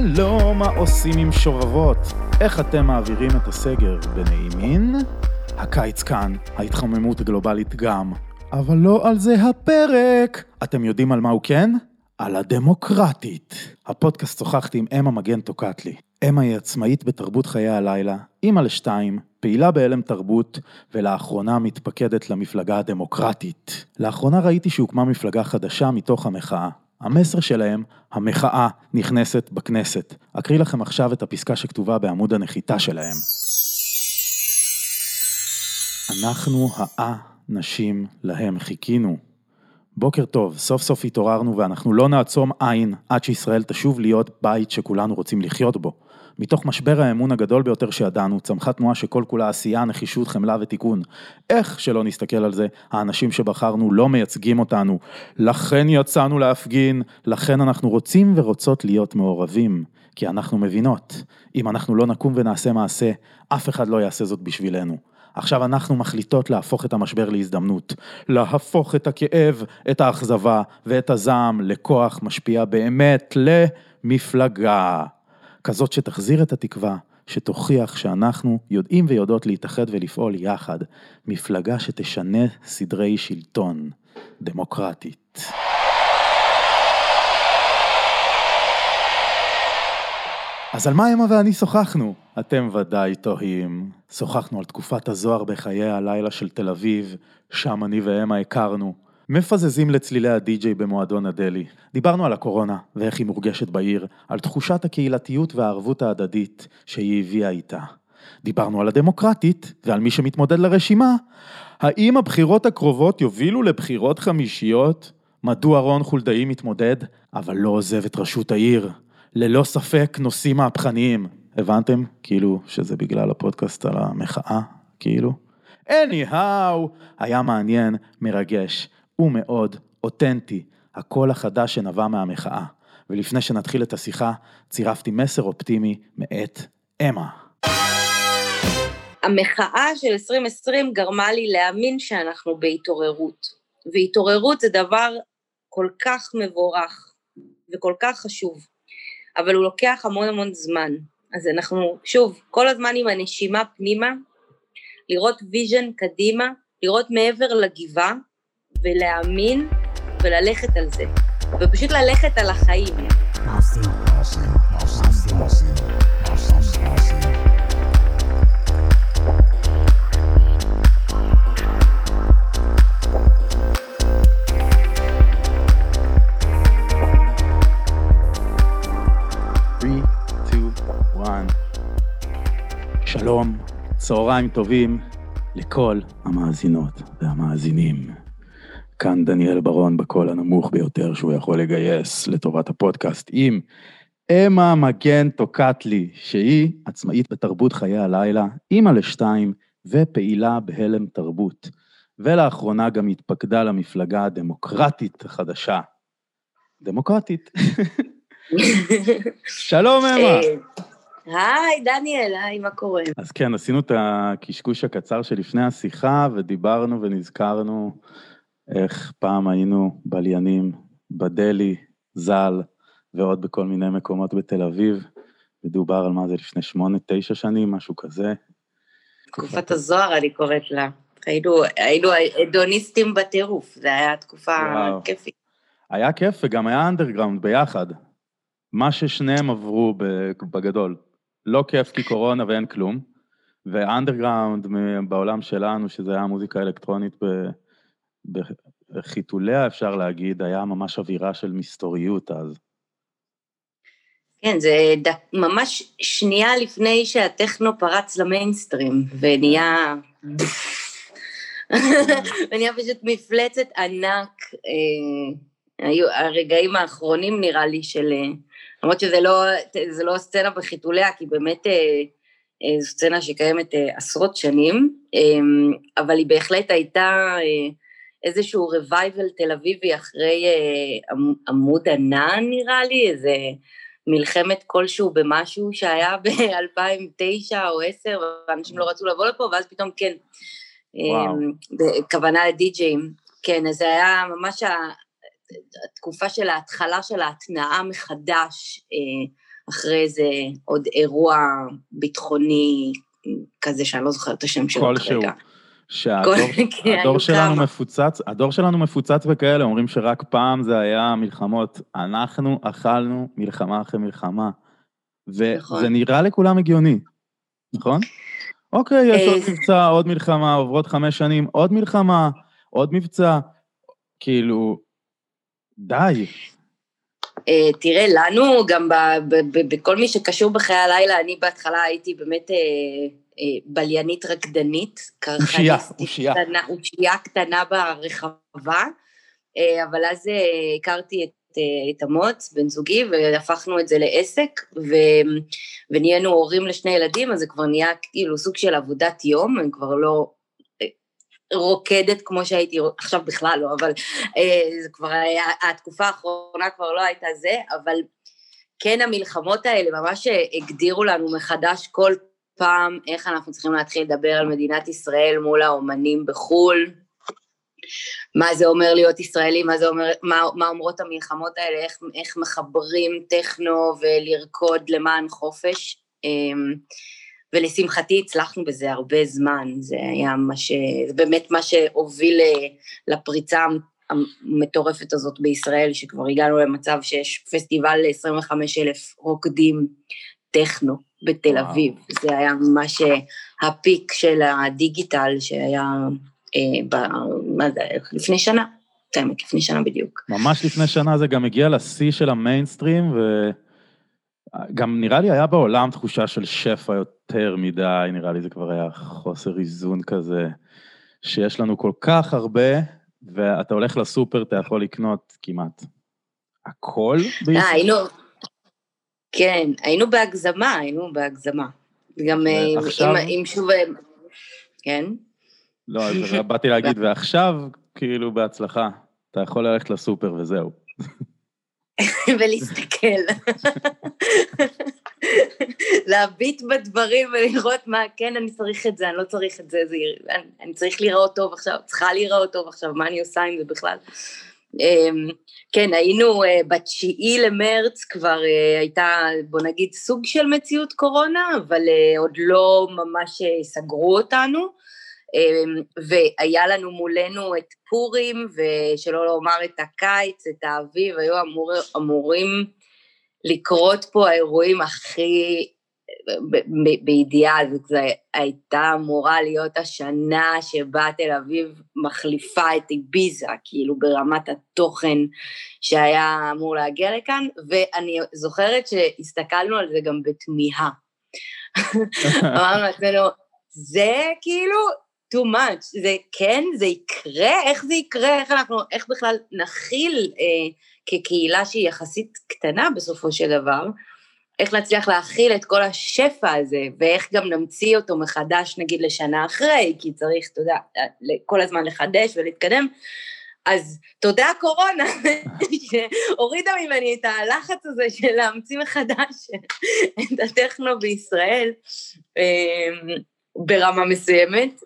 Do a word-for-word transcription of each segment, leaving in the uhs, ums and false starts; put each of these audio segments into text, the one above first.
שלום, מה עושים עם שובבות? איך אתם מעבירים את הסגר בנעימין? הקיץ כאן, ההתחממות הגלובלית גם. אבל לא על זה הפרק. אתם יודעים על מה הוא כן? על הדמוקרטית. הפודקאסט שוחחתי עם אמה מגן טוקטלי. אמה היא עצמאית בתרבות חיי הלילה, אמא לשתיים, פעילה בהלם תרבות, ולאחרונה מתפקדת למפלגה הדמוקרטית. לאחרונה ראיתי שהוקמה מפלגה חדשה מתוך המחאה. המסר שלהם, המחאה נכנסת בכנסת. אקריא לכם עכשיו את הפסקה שכתובה בעמוד הנחיתה שלהם. אנחנו האנשים להם חיכינו. בוקר טוב, סוף סוף התעוררנו ואנחנו לא נעצום עין עד שישראל תשוב להיות בית שכולנו רוצים לחיות בו. מתוך משבר האמון הגדול ביותר שידענו, צמחה תנועה שכל כולה עשייה, נחישות, חמלה ותיקון. איך שלא נסתכל על זה, האנשים שבחרנו לא מייצגים אותנו. לכן יצאנו להפגין, לכן אנחנו רוצים ורוצות להיות מעורבים. כי אנחנו מבינות, אם אנחנו לא נקום ונעשה מעשה, אף אחד לא יעשה זאת בשבילנו. עכשיו אנחנו מחליטות להפוך את המשבר להזדמנות, להפוך את הכאב, את האכזבה ואת הזעם לכוח משפיע באמת למפלגה. כזאת שתחזיר את התקווה, שתוכיח שאנחנו יודעים ויודעות להתאחד ולפעול יחד, מפלגה שתשנה סדרי שלטון, דמוקרטית. אז על מה אמה ואני שוחחנו? אתם ודאי תוהים. שוחחנו על תקופת הזוהר בחיי הלילה של תל אביב, שם אני ואמה הכרנו. מפזזים לצלילי הדי-ג'יי במועדון הדלי. דיברנו על הקורונה ואיך היא מורגשת בעיר, על תחושת הקהילתיות והערבות ההדדית שהיא הביאה איתה. דיברנו על הדמוקרטית ועל מי שמתמודד לרשימה. האם הבחירות הקרובות יובילו לבחירות חמישיות? מדוע רון חולדאי מתמודד, אבל לא עוזב את ראשות העיר? ללא ספק נושאים מהפכניים. הבנתם? כאילו שזה בגלל הפודקאסט על המחאה, כאילו. anyhow, היה מעניין, מרגש ומאוד אותנטי, הקול החדש שנבע מהמחאה. ולפני שנתחיל את השיחה, צירפתי מסר אופטימי מאת אמה. המחאה של עשרים עשרים גרמה לי להאמין שאנחנו בהתעוררות. והתעוררות זה דבר כל כך מבורך וכל כך חשוב. אבל הוא לוקח המון המון זמן. אז אנחנו, שוב, כל הזמן עם הנשימה פנימה, לראות ויז'ן קדימה, לראות מעבר לגבעה, ולהאמין וללכת על זה. ופשוט ללכת על החיים. שלום, צהריים טובים לכל המאזינות והמאזינים. כאן דניאל ברון בקול הנמוך ביותר שהוא יכול לגייס לטובת הפודקאסט עם אמה מגן טוקטלי, שהיא עצמאית בתרבות חיי הלילה, אמא לשתיים ופעילה בהלם תרבות. ולאחרונה גם התפקדה למפלגה הדמוקרטית החדשה. דמוקרטית. שלום אמה. היי, דניאל, היי, מה קורה? אז כן, עשינו את הקשקוש הקצר שלפני השיחה, ודיברנו ונזכרנו איך פעם היינו בליינים, בדלי, זל, ועוד בכל מיני מקומות בתל אביב, ודובר על מה זה לפני שמונה, תשע שנים, משהו כזה. תקופת הזוהר אני קוראת לה. היינו, היינו אדוניסטים בטירוף, זה היה תקופה כיפית. היה כיף, וגם היה אנדרגראונד ביחד. מה ששניהם עברו בגדול. לא כיף כי קורונה ואין כלום, ואנדרגראונד בעולם שלנו, שזה היה מוזיקה אלקטרונית בחיתוליה, אפשר להגיד, היה ממש אווירה של מסתוריות אז. כן, זה ממש שנייה לפני שהטכנו פרץ למיינסטרים, ונהיה, ונהיה פשוט מפלצת ענק, היו הרגעים האחרונים נראה לי של... למרות שזה לא, זה לא סצנה בחיתוליה, כי באמת זו סצנה שקיימת עשרות שנים, אבל היא בהחלט הייתה איזשהו רווייבל תל אביבי אחרי עמוד ענן נראה לי, איזה מלחמת כלשהו במשהו שהיה ב-אלפיים ותשע או עשר, ואנשים לא רצו לבוא לפה, ואז פתאום כן, בכוונה לדי-ג'יים, כן, אז זה היה ממש התקופה של ההתחלה של ההתנאה מחדש, אחרי זה עוד אירוע ביטחוני כזה שאני לא זוכרת את השם שלו כרגע. שהדור שלנו מפוצץ, הדור שלנו מפוצץ בכאלה, אומרים שרק פעם זה היה מלחמות, אנחנו אכלנו מלחמה אחרי מלחמה, וזה נראה לכולם הגיוני, נכון? אוקיי, יש עוד מבצע, עוד מלחמה, עוברות חמש שנים, עוד מלחמה, עוד מבצע, כאילו, די. תראה, לנו גם בכל מי שקשור בחיי הלילה, אני בהתחלה הייתי באמת בליינית רקדנית, אושייה, אושייה קטנה ברחבה, אבל אז הכרתי את את המוץ, בן זוגי, והפכנו את זה לעסק, ונהיינו הורים לשני ילדים, אז זה כבר נהיה כאילו סוג של עבודת יום, אני כבר לא רוקדת כמו שהייתי, עכשיו בכלל לא, אבל זה כבר היה, התקופה האחרונה כבר לא הייתה זה, אבל כן המלחמות האלה ממש הגדירו לנו מחדש כל פעם, איך אנחנו צריכים להתחיל לדבר על מדינת ישראל מול האומנים בחול, מה זה אומר להיות ישראלי, מה זה אומר, מה, מה אומרות המלחמות האלה, איך, איך מחברים טכנו ולרקוד למען חופש, ולשמחתי הצלחנו בזה הרבה זמן, זה היה מה ש... זה באמת מה שהוביל לפריצה המטורפת הזאת בישראל, שכבר הגענו למצב שיש פסטיבל ל-עשרים וחמישה אלף רוקדים טכנו בתל אביב, וואו. זה היה ממש הפיק של הדיגיטל שהיה... ב... מה זה, לפני שנה, תאמת, לפני שנה בדיוק. ממש לפני שנה זה גם הגיע לשיא של המיינסטרים, וגם נראה לי היה בעולם תחושה של שפע יותר מדי, נראה לי זה כבר היה חוסר איזון כזה, שיש לנו כל כך הרבה, ואתה הולך לסופר, אתה יכול לקנות כמעט הכל בישראל. היינו, כן, היינו בהגזמה, היינו בהגזמה. גם אם שוב, כן? לא, אז באתי להגיד, ועכשיו, כאילו בהצלחה, אתה יכול ללכת לסופר וזהו. ולהסתכל. להביט בדברים ולראות מה, כן, אני צריך את זה, אני לא צריך את זה, אני צריך לראות טוב עכשיו, צריכה לראות טוב עכשיו, מה אני עושה עם זה בכלל. כן, היינו בתשיעי למרץ, כבר הייתה, בוא נגיד, סוג של מציאות קורונה, אבל עוד לא ממש סגרו אותנו, והיה לנו מולנו את פורים, ושלא לומר את הקיץ, את האביב, היו אמור, אמורים לקרות פה האירועים הכי, בידיעה, זו הייתה אמורה להיות השנה שבה תל אביב מחליפה את איביזה, כאילו ברמת התוכן שהיה אמור להגיע לכאן, ואני זוכרת שהסתכלנו על זה גם בתמיהה. אמרנו לעצמנו, זה כאילו, too much, זה כן, זה יקרה, איך זה יקרה, איך אנחנו, איך בכלל נכיל אה, כקהילה שהיא יחסית קטנה בסופו של דבר, איך להצליח להכיל את כל השפע הזה, ואיך גם נמציא אותו מחדש נגיד לשנה אחרי, כי צריך, אתה יודע, כל הזמן לחדש ולהתקדם, אז תודה קורונה, שהורידה ממני את הלחץ הזה של להמציא מחדש את הטכנו בישראל, אה, ברמה מסוימת,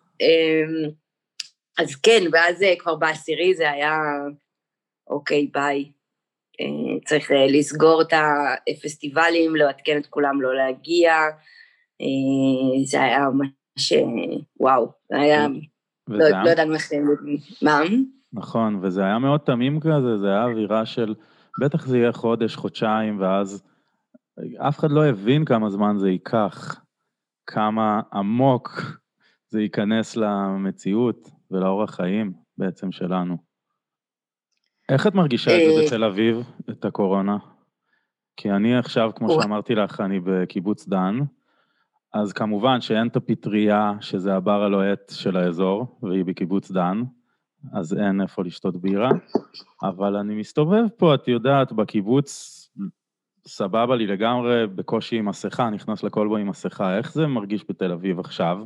אז כן, ואז כבר בעשירי זה היה, אוקיי, ביי, צריך לסגור את הפסטיבלים, לעדכן את כולם לא להגיע, זה היה ממש, וואו, זה היה, לא ידענו איך, מה? נכון, וזה היה מאוד תמים כזה, זה היה אווירה של, בטח זה יהיה חודש, חודשיים, ואז אף אחד לא הבין כמה זמן זה ייקח, כמה עמוק זה ייכנס למציאות ולאורח חיים בעצם שלנו. איך את מרגישה את זה בתל אביב, את הקורונה? כי אני עכשיו, כמו שאמרתי לך, אני בקיבוץ דן, אז כמובן שאין את הפטריה, שזה הבר הלוהט של האזור, והיא בקיבוץ דן, אז אין איפה לשתות בירה, אבל אני מסתובב פה, את יודעת, בקיבוץ, סבבה לי לגמרי, בקושי עם מסכה, נכנס לכל בו עם מסכה, איך זה מרגיש בתל אביב עכשיו?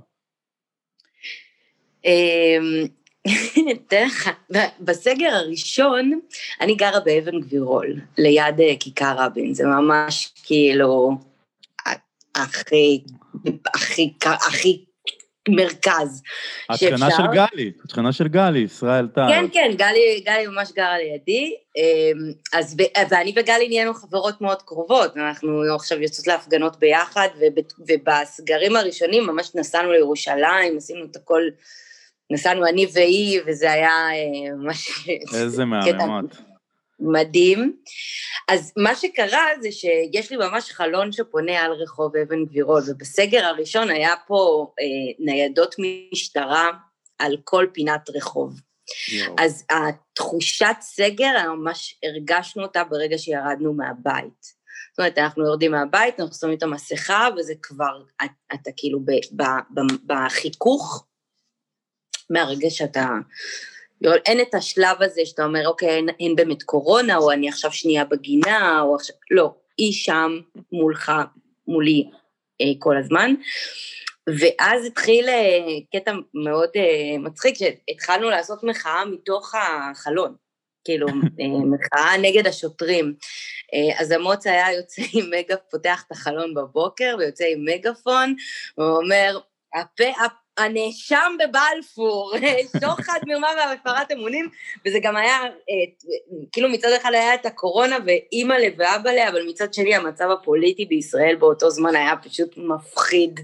בסגר הראשון, אני גרה באבן גבירול, ליד כיכר רבין, זה ממש כאילו, הכי, הכי, הכי מרכז. את שכנה של גלי, את שכנה של גלי, ישראל טל. כן, כן, גלי, גלי ממש גרה לידי, אז, ואני וגלי נהיינו חברות מאוד קרובות, אנחנו עכשיו יוצאות להפגנות ביחד, ובסגרים הראשונים ממש נסענו לירושלים, עשינו את הכל, נסענו אני והיא, וזה היה ממש... איזה מהממות. מדהים. אז מה שקרה זה שיש לי ממש חלון שפונה על רחוב אבן גבירול, ובסגר הראשון היה פה אה, ניידות משטרה על כל פינת רחוב. יו. אז התחושת סגר, ממש הרגשנו אותה ברגע שירדנו מהבית. זאת אומרת, אנחנו יורדים מהבית, אנחנו שמים את המסכה, וזה כבר, אתה, אתה כאילו ב, ב, ב, בחיכוך, מהרגע שאתה... אין את השלב הזה שאתה אומר, אוקיי, אין, אין באמת קורונה, או אני עכשיו שנייה בגינה, או עכשיו, לא, היא שם מולך, מולי אה, כל הזמן, ואז התחיל אה, קטע מאוד אה, מצחיק, שהתחלנו לעשות מחאה מתוך החלון, כאילו, אה, מחאה נגד השוטרים, אה, אז המוץ היה יוצא עם מגה, פותח את החלון בבוקר, ויוצא עם מגפון, ואומר, הפה, הפה, הנאשם בבלפור, שוחד מרמה והפרת אמונים, וזה גם היה, כאילו מצד אחד היה את הקורונה ואימא לה ואבא לה, אבל מצד שני המצב הפוליטי בישראל באותו זמן היה פשוט מפחיד.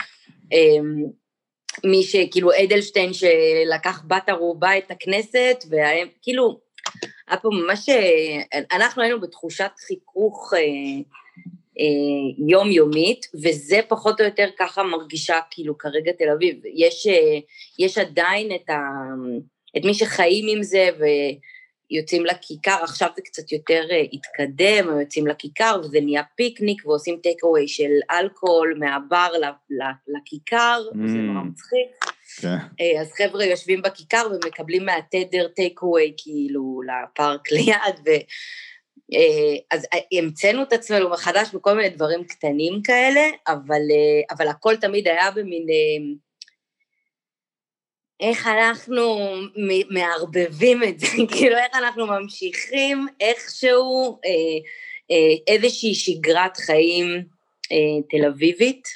מי שכאילו אדלשטיין שלקח בת ערובה את הכנסת, וכאילו, היה פה ממש, אנחנו היינו בתחושת חיכוך, יומיומית, וזה פחות או יותר ככה מרגישה כאילו כרגע תל אביב. יש, יש עדיין את, ה, את מי שחיים עם זה ויוצאים לכיכר, עכשיו זה קצת יותר התקדם, יוצאים לכיכר וזה נהיה פיקניק ועושים טייק-אווי של אלכוהול מהבר לכיכר, mm. וזה נורא מצחיק. Okay. אז חבר'ה יושבים בכיכר ומקבלים מהתדר טייק-אווי כאילו לפארק ליד ו... אז המצאנו את עצמנו מחדש בכל מיני דברים קטנים כאלה, אבל, אבל הכל תמיד היה במין, איך אנחנו מערבבים את זה, כאילו איך אנחנו ממשיכים איכשהו איזושהי שגרת חיים תל אביבית,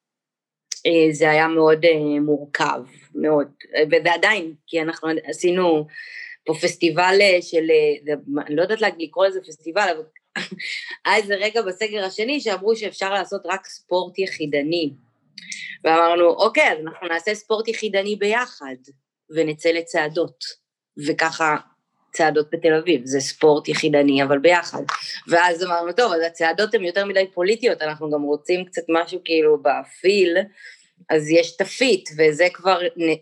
זה היה מאוד מורכב, מאוד, וזה עדיין, כי אנחנו עשינו, פה פסטיבל של, אני לא יודעת לקרוא לזה פסטיבל, אבל היה איזה רגע בסגר השני שאמרו שאפשר לעשות רק ספורט יחידני, ואמרנו, אוקיי, אז אנחנו נעשה ספורט יחידני ביחד, ונצא לצעדות, וככה צעדות בתל אביב, זה ספורט יחידני, אבל ביחד, ואז אמרנו, טוב, אז הצעדות הן יותר מדי פוליטיות, אנחנו גם רוצים קצת משהו כאילו בפיל, אז יש תפית, וזה כבר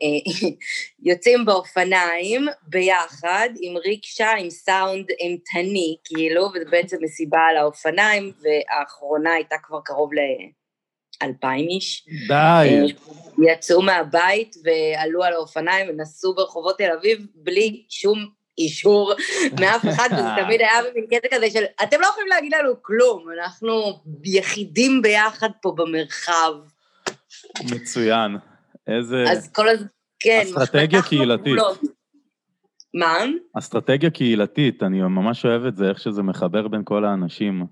יוצאים באופניים ביחד, עם ריקשה, עם סאונד אימתני, כאילו, וזה בעצם מסיבה על האופניים, והאחרונה הייתה כבר קרוב לאלפיים איש. די. יצאו מהבית ועלו על האופניים, ונסעו ברחובות תל אביב, בלי שום אישור מאף אחד, וזה תמיד היה במין קטע כזה של, אתם לא יכולים להגיד לנו כלום, אנחנו יחידים ביחד פה במרחב, מצוין, איזה... אז כל הז... כן, אסטרטגיה קהילתית. מה? אסטרטגיה קהילתית, אני ממש אוהב את זה, איך שזה מחבר בין כל האנשים.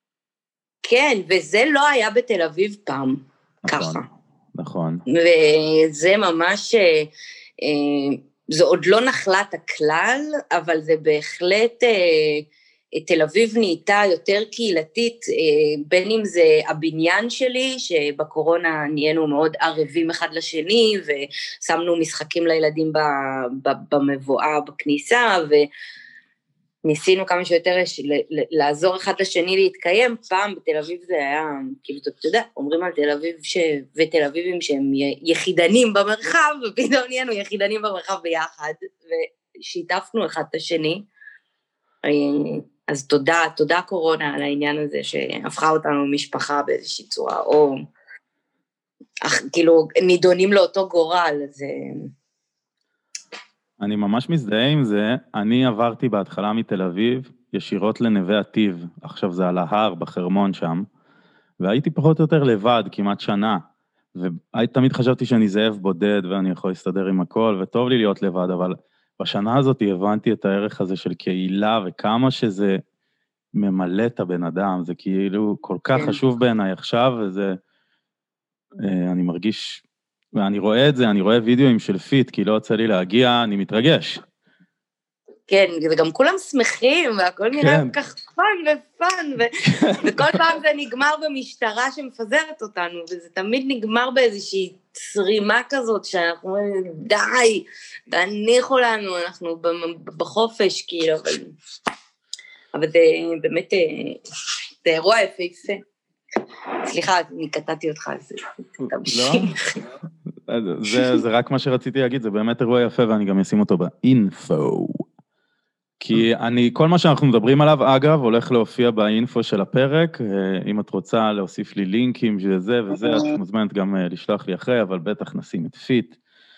כן, וזה לא היה בתל אביב פעם, נכון, ככה. נכון. וזה ממש, זה עוד לא נחלת הכלל, אבל זה בהחלט... תל אביב נהייתה יותר קהילתית, בין אם זה הבניין שלי, שבקורונה נהיינו מאוד ערבים אחד לשני, ושמנו משחקים לילדים במבואה בכניסה, וניסינו כמה שיותר לעזור אחד לשני להתקיים. פעם בתל אביב זה היה, כאילו, אתה יודע, אומרים על תל אביב ש... ותל אביבים שהם יחידנים במרחב, ופתאום נהיינו יחידנים במרחב ביחד, ושיתפנו אחד את השני. אז תודה, תודה קורונה על העניין הזה שהפכה אותנו משפחה באיזושהי צורה, או כאילו נידונים לאותו גורל, אז... אני ממש מזדהה עם זה, אני עברתי בהתחלה מתל אביב, ישירות לנווה עתיב, עכשיו זה על ההר בחרמון שם, והייתי פחות או יותר לבד, כמעט שנה, ותמיד חשבתי שאני זאב בודד, ואני יכול להסתדר עם הכל, וטוב לי להיות לבד, אבל... בשנה הזאת הבנתי את הערך הזה של קהילה, וכמה שזה ממלא את הבן אדם, זה כאילו כל כך חשוב בעיניי עכשיו, וזה, אני מרגיש ואני רואה את זה, אני רואה וידאוים של פיט, כי לא יוצא לי להגיע, אני מתרגש. כן, וגם כולם שמחים, והכל נראה כן. כך פן ופן, ו... וכל פעם זה נגמר במשטרה שמפזרת אותנו, וזה תמיד נגמר באיזושהי צרימה כזאת, שאנחנו אומרים, די, תניחו לנו, אנחנו בחופש, כאילו, אבל, אבל זה באמת, זה אירוע יפהפה. סליחה, אני קטעתי אותך, זה תמשיך. זה, זה רק מה שרציתי להגיד, זה באמת אירוע יפה, ואני גם אשים אותו באינפו. כי אני, כל מה שאנחנו מדברים עליו, אגב, הולך להופיע באינפו של הפרק, אם את רוצה להוסיף לי לינקים של זה וזה, את מוזמנת גם לשלוח לי אחרי, אבל בטח נשים את פיט,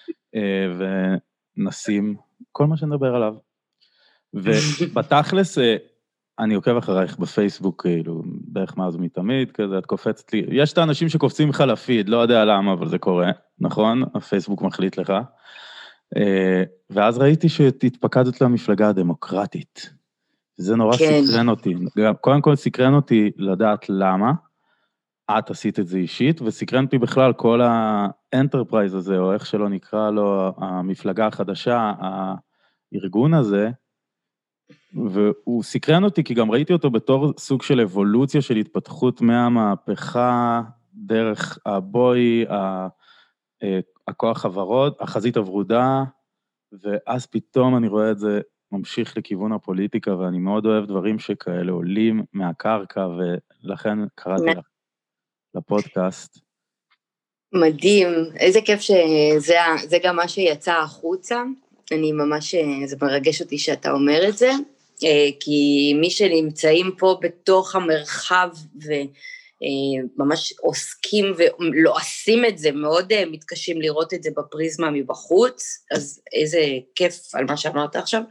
ונשים כל מה שנדבר עליו. ובתכלס, אני עוקב אחרייך בפייסבוק, כאילו, בערך מאז מתמיד, כזה, את קופצת לי, יש את האנשים שקופצים לך לפיד, לא יודע למה, אבל זה קורה, נכון? הפייסבוק מחליט לך. ואז ראיתי שהתפקדת למפלגה הדמוקרטית. זה נורא כן. סקרן אותי. קודם כל סקרן אותי לדעת למה, את עשית את זה אישית, וסקרן אותי בכלל כל האנטרפרייז הזה, או איך שלא נקרא לו, המפלגה החדשה, הארגון הזה, והוא סקרן אותי, כי גם ראיתי אותו בתור סוג של אבולוציה של התפתחות מהמהפכה, דרך הבוי, הכוח הוורוד, החזית הוורודה, ואז פתאום אני רואה את זה ממשיך לכיוון הפוליטיקה, ואני מאוד אוהב דברים שכאלה עולים מהקרקע, ולכן קראתי לך לפודקאסט. מדהים, איזה כיף שזה זה גם מה שיצא החוצה, אני ממש, זה מרגש אותי שאתה אומר את זה, כי מי שנמצאים פה בתוך המרחב וממש עוסקים ולא עושים את זה, מאוד מתקשים לראות את זה בפריזמה מבחוץ, אז איזה כיף על מה שאמרת עכשיו.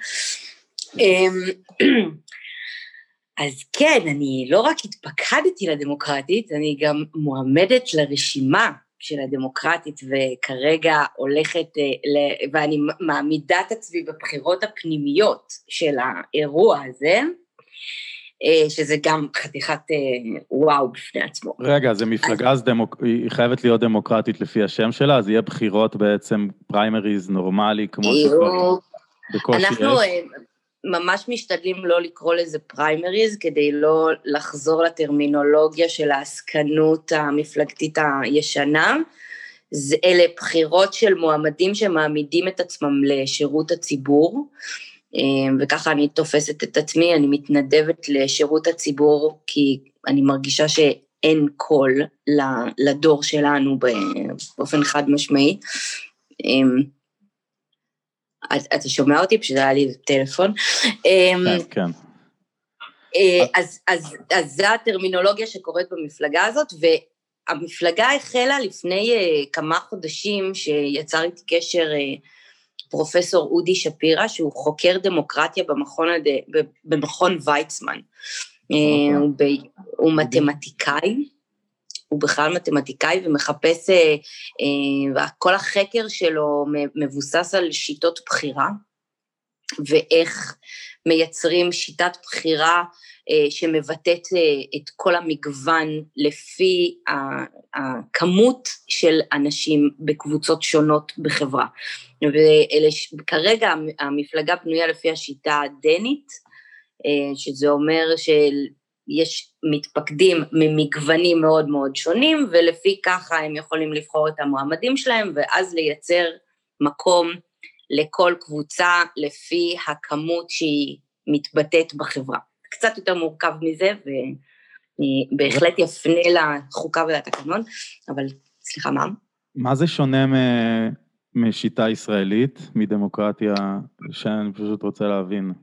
אז כן, אני לא רק התפקדתי לדמוקרטית, אני גם מועמדת לרשימה של הדמוקרטית, וכרגע הולכת, ואני מעמידה את עצמי בבחירות הפנימיות של האירוע הזה, שזה גם חתיכת וואו בפני עצמו. רגע, זה מפלגה, אז דמוק... היא חייבת להיות דמוקרטית לפי השם שלה, אז יהיה בחירות בעצם פריימריז נורמלי, כמו שכבר בקושי אנחנו... יש. ממש משתדלים לא לקרוא לזה פריימריז, כדי לא לחזור לטרמינולוגיה של העסקנות המפלגתית הישנה, אלה בחירות של מועמדים שמעמידים את עצמם לשירות הציבור, וככה אני תופסת את עצמי, אני מתנדבת לשירות הציבור, כי אני מרגישה שאין קול לדור שלנו באופן חד משמעי, אתה שומע אותי? פשוט היה לי טלפון. כן, כן. אז, אז, אז זו הטרמינולוגיה שקורית במפלגה הזאת, והמפלגה החלה לפני כמה חודשים, שיצר איתי קשר פרופסור אודי שפירא, שהוא חוקר דמוקרטיה במכון, במכון ויצמן. הוא, ב, הוא מתמטיקאי, הוא בכלל מתמטיקאי ומחפש, וכל החקר שלו מבוסס על שיטות בחירה, ואיך מייצרים שיטת בחירה שמבטאת את כל המגוון לפי הכמות של אנשים בקבוצות שונות בחברה. וכרגע המפלגה בנויה לפי השיטה הדנית, שזה אומר של... יש מתפקדים ממגוונים מאוד מאוד שונים, ולפי ככה הם יכולים לבחור את המועמדים שלהם, ואז לייצר מקום לכל קבוצה, לפי הכמות שהיא מתבטאת בחברה. קצת יותר מורכב מזה, ואני בהחלט יפנה לחוקה ולתקנון, אבל סליחה, מה? מה זה שונה משיטה ישראלית, מדמוקרטיה, שאני פשוט רוצה להבין?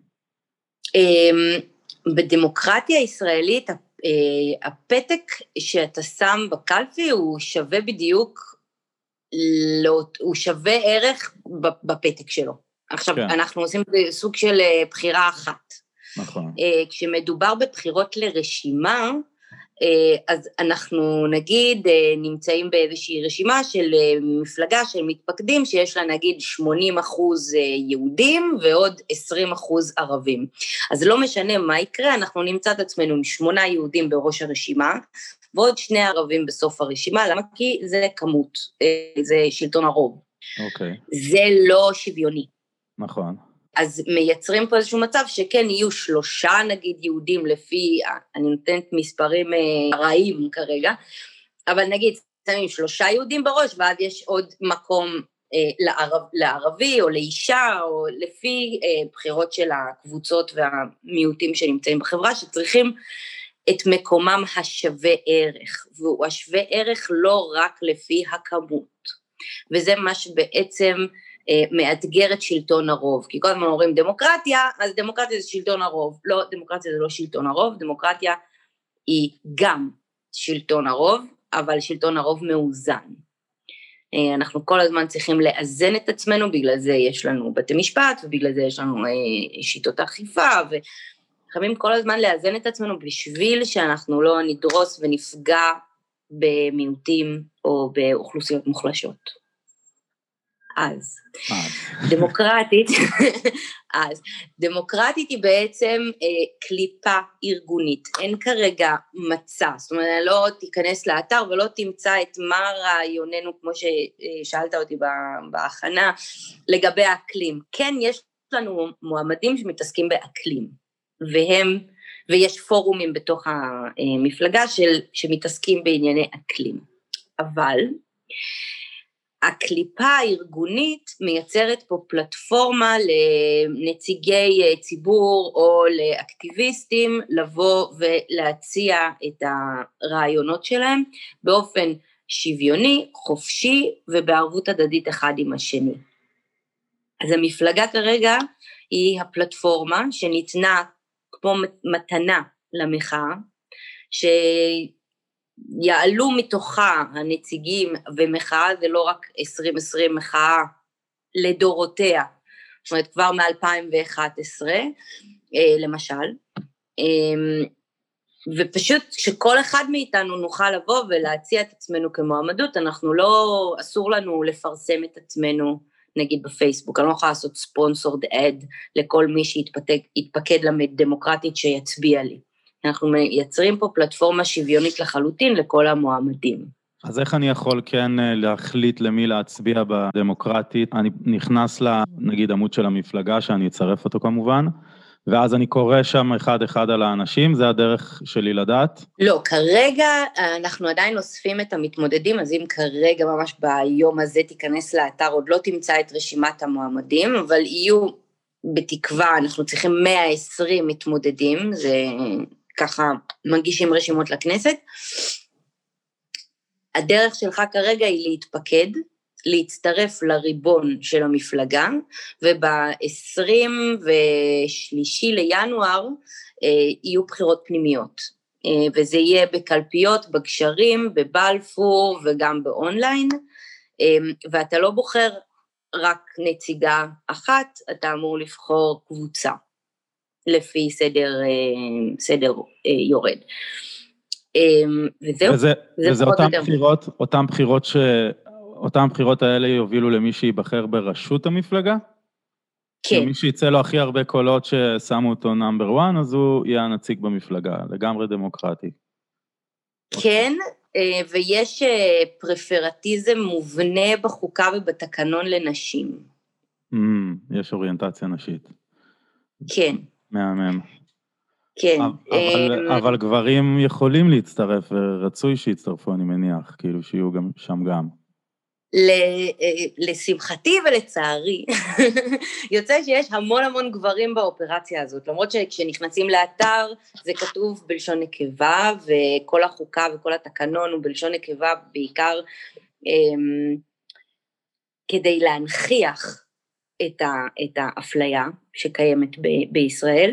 בדמוקרטיה הישראלית, הפתק שאתה שם בקלפי הוא שווה בדיוק, הוא שווה ערך בפתק שלו. עכשיו, כן. אנחנו עושים סוג של בחירה אחת. נכון. כשמדובר בבחירות לרשימה, אז אנחנו נגיד נמצאים באיזושהי רשימה של מפלגה של מתפקדים, שיש לה נגיד שמונים אחוז יהודים ועוד עשרים אחוז ערבים. אז לא משנה מה יקרה, אנחנו נמצא את עצמנו עם שמונה יהודים בראש הרשימה, ועוד שני ערבים בסוף הרשימה, למה? כי זה כמות, זה שלטון הרוב. אוקיי. זה לא שוויוני. נכון. אז מייצרים פה איזשהו מצב שכן יהיו שלושה נגיד יהודים לפי, אני נותנת מספרים רעים כרגע, אבל נגיד שמים שלושה יהודים בראש, ואז יש עוד מקום לערב, לערבי או לאישה, או לפי בחירות של הקבוצות והמיעוטים שנמצאים בחברה, שצריכים את מקומם השווה ערך, והוא השווה ערך לא רק לפי הכמות, וזה מה שבעצם מאתגר את שלטון הרוב, כי כל הזמן אומרים דמוקרטיה, אז דמוקרטיה זה שלטון הרוב, לא, דמוקרטיה זה לא שלטון הרוב, דמוקרטיה היא גם שלטון הרוב, אבל שלטון הרוב מאוזן. אנחנו כל הזמן צריכים לאזן את עצמנו, בגלל זה יש לנו בתי משפט, ובגלל זה יש לנו שיטות אכיפה, וחייבים כל הזמן לאזן את עצמנו, בשביל שאנחנו לא נדרוס ונפגע במיעוטים, או באוכלוסיות מוחלשות. אז, דמוקרטית, אז, דמוקרטית היא בעצם אה, קליפה ארגונית, אין כרגע מצע, זאת אומרת, לא תיכנס לאתר ולא תמצא את מה רעיוננו, כמו ששאלת אותי בהכנה, לגבי האקלים. כן, יש לנו מועמדים שמתעסקים באקלים, והם, ויש פורומים בתוך המפלגה של, שמתעסקים בענייני אקלים, אבל, הקליפה הארגונית מייצרת פה פלטפורמה לנציגי ציבור או לאקטיביסטים לבוא ולהציע את הרעיונות שלהם באופן שוויוני, חופשי ובערבות הדדית אחד עם השני. אז המפלגה כרגע היא הפלטפורמה שניתנה כמו מתנה למחאה, ש... יעלו מתוכה הנציגים, ומחאה זה לא רק עשרים עשרים מחאה לדורותיה, זאת אומרת כבר מ-אלפיים ואחת עשרה למשל, ופשוט שכל אחד מאיתנו נוכל לבוא ולהציע את עצמנו כמועמדות, אנחנו לא, אסור לנו לפרסם את עצמנו נגיד בפייסבוק, אני לא יכולה לעשות ספונסורד אד לכל מי שיתפקד לדמוקרטית שיצביע לי. אנחנו מייצרים פה פלטפורמה שוויונית לחלוטין לכל המועמדים. אז איך אני יכול כן להחליט למי להצביע בדמוקרטית? אני נכנס לנגיד עמוד של המפלגה, שאני אצרף אותו כמובן, ואז אני קורא שם אחד אחד על האנשים, זה הדרך שלי לדעת? לא, כרגע אנחנו עדיין אוספים את המתמודדים, אז אם כרגע ממש ביום הזה תיכנס לאתר, עוד לא תמצא את רשימת המועמדים, אבל יהיו בתקווה, אנחנו צריכים מאה ועשרים מתמודדים, זה... ככה מגישים רשימות לכנסת. הדרך שלך כרגע היא להתפקד, להצטרף לריבון של המפלגה, וב-עשרים ושלישי לינואר אה, יהיו בחירות פנימיות, אה, וזה יהיה בקלפיות, בגשרים, בבלפור וגם באונליין, אה, ואתה לא בוחר רק נציגה אחת, אתה אמור לבחור קבוצה. לפי סדר, סדר יורד. וזהו. וזה, וזה אותם בחירות, אותם בחירות ש... אותם בחירות האלה יובילו למי שיבחר בראשות המפלגה? כן. מי שיצא לו הכי הרבה קולות ששמו אותו נאמבר וואן, אז הוא יהיה הנציג במפלגה, לגמרי דמוקרטי. כן, ויש פרפרטיזם מובנה בחוקה ובתקנון לנשים. יש אוריינטציה נשית. כן. מהמם. כן. אבל, אבל גברים יכולים להצטרף, ורצוי שיצטרפו, אני מניח, כאילו שיהיו גם שם גם. לשמחתי ולצערי, יוצא שיש המון המון גברים באופרציה הזאת, למרות שכשנכנסים לאתר, זה כתוב בלשון נקבה, וכל החוקה וכל התקנון הוא בלשון נקבה, בעיקר כדי להנכיח את, ה, את האפליה שקיימת ב, בישראל,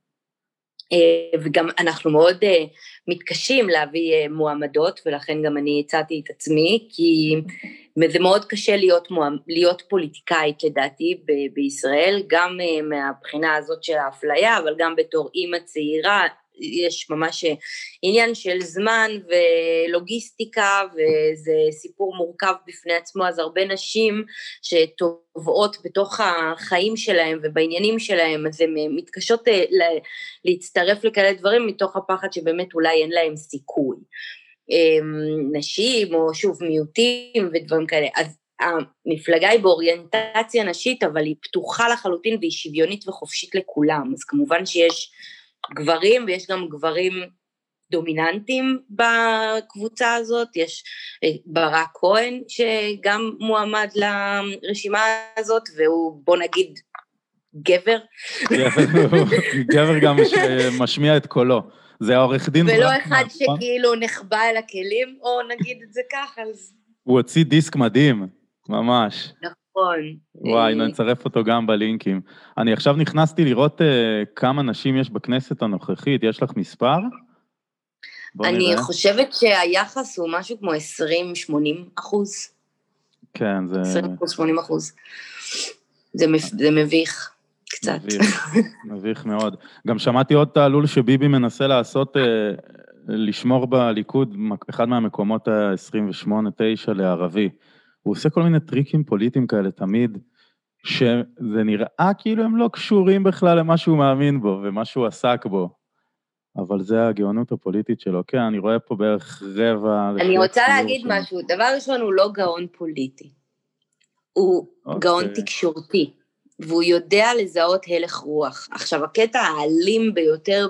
וגם אנחנו מאוד מתקשים להביא מועמדות, ולכן גם אני הצעתי את עצמי, כי זה מאוד קשה להיות, מועמד, להיות פוליטיקאית לדעתי ב, בישראל, גם מהבחינה הזאת של האפליה, אבל גם בתור אימא צעירה, יש ממש עניין של זמן ולוגיסטיקה, וזה סיפור מורכב בפני עצמו, אז הרבה נשים שטובעות בתוך החיים שלהם ובעניינים שלהם, אז הן מתקשות להצטרף לכאלה דברים, מתוך הפחד שבאמת אולי אין להם סיכוי. נשים, או שוב מיעוטים ודברים כאלה. אז המפלגה היא באוריינטציה נשית, אבל היא פתוחה לחלוטין והיא שוויונית וחופשית לכולם. אז כמובן שיש גברים, ויש גם גברים דומיננטיים בקבוצה הזאת, יש ברק כהן שגם מועמד לרשימה הזאת, והוא בוא נגיד גבר. גבר גם שמשמיע את קולו. זה העורך דין. ולא אחד שכאילו נחבא אל הכלים, או נגיד את זה ככה. הוא הוציא דיסק מדהים, ממש. נכון. וואי, נצרף אותו גם בלינקים. אני עכשיו נכנסתי לראות כמה נשים יש בכנסת הנוכחית, יש לך מספר? אני חושבת שהיחס הוא משהו כמו עשרים שמונים אחוז. כן, זה... עשרים שמונים אחוז. זה מביך. קצת. מביך, מביך מאוד. גם שמעתי עוד תעלול שביבי מנסה לעשות, לשמור בליכוד, אחד מהמקומות ה-עשרים ושמונה תשע לערבי. הוא עושה כל מיני טריקים פוליטיים כאלה תמיד, שזה נראה כאילו הם לא קשורים בכלל למה שהוא מאמין בו, ומה שהוא עסק בו. אבל זה הגאונות הפוליטית שלו. כן, אני רואה פה בערך רבע... אני רוצה להגיד משהו. דבר ראשון, הוא לא גאון פוליטי. הוא גאון תקשורתי. והוא יודע לזהות הלך רוח. עכשיו, הקטע האלים ביותר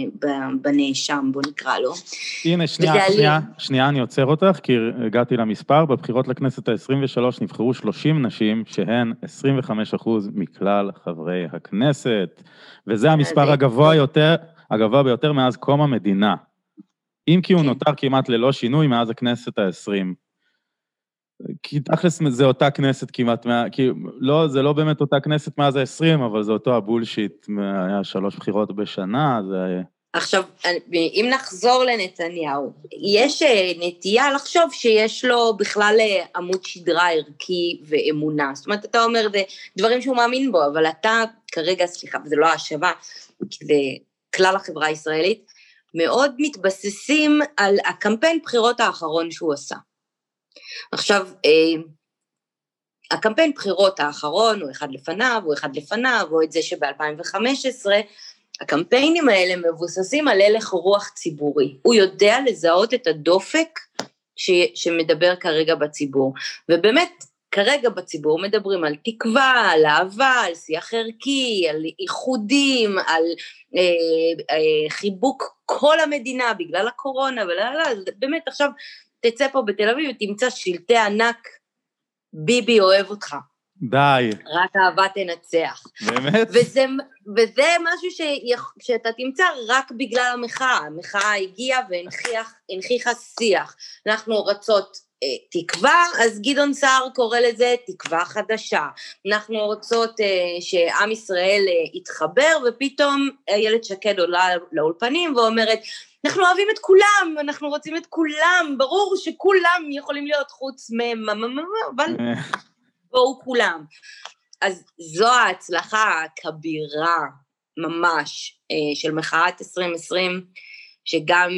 בנאשם, בוא נקרא לו. הנה, שנייה, שנייה, שנייה, אני עוצר אותך, כי הגעתי למספר, בבחירות לכנסת ה-עשרים ושלוש נבחרו שלושים נשים, שהן עשרים וחמישה אחוז מכלל חברי הכנסת, וזה המספר הגבוה יותר, הגבוה ביותר מאז קום המדינה. אם כי הוא נותר כמעט ללא שינוי מאז הכנסת ה-עשרים. כי תכלס זה אותה כנסת כמעט, כי לא, זה לא באמת אותה כנסת מאז ה-עשרים, אבל זה אותו הבולשיט, היה שלוש בחירות בשנה, זה... עכשיו, אם נחזור לנתניהו, יש נטייה לחשוב שיש לו בכלל עמוד שדרה ערכי ואמונה, זאת אומרת, אתה אומר, זה דברים שהוא מאמין בו, אבל אתה כרגע, סליחה, זה לא השווה, זה כלל החברה הישראלית, מאוד מתבססים על הקמפיין בחירות האחרון שהוא עשה. עכשיו, הקמפיין בחירות האחרון הוא אחד לפניו, הוא אחד לפניו, או את זה שב-אלפיים וחמש עשרה, הקמפיינים האלה מבוססים על הלך רוח ציבורי. הוא יודע לזהות את הדופק ש, שמדבר כרגע בציבור. ובאמת, כרגע בציבור מדברים על תקווה, על אהבה, על שיח ערכי, על איחודים, על אה, אה, חיבוק כל המדינה בגלל הקורונה, ולאללה, באמת עכשיו תצא פה בתל אביב ותמצא שלטי ענק, ביבי אוהב אותך. די. רק אהבה תנצח. באמת? וזה, וזה משהו שיח, שאתה תמצא רק בגלל המחאה. המחאה הגיעה והנכיחה שיח. אנחנו רצות אה, תקווה, אז גדעון סער קורא לזה תקווה חדשה. אנחנו רוצות אה, שעם ישראל אה, יתחבר, ופתאום איילת שקד עולה לאולפנים ואומרת, אנחנו אוהבים את כולם, אנחנו רוצים את כולם, ברור שכולם יכולים להיות חוץ ממממממ, אבל... בואו כולם. אז זו ההצלחה הכבירה ממש של מחאת עשרים עשרים, שגם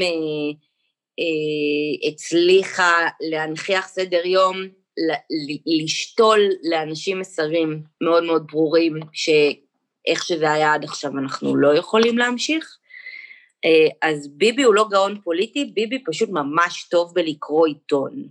הצליחה להנכיח סדר יום, לשתול לאנשים מסרים מאוד מאוד ברורים, שאיך שזה היה עד עכשיו אנחנו לא יכולים להמשיך. אז ביבי הוא לא גאון פוליטי, ביבי פשוט ממש טוב בלקרוא עיתון,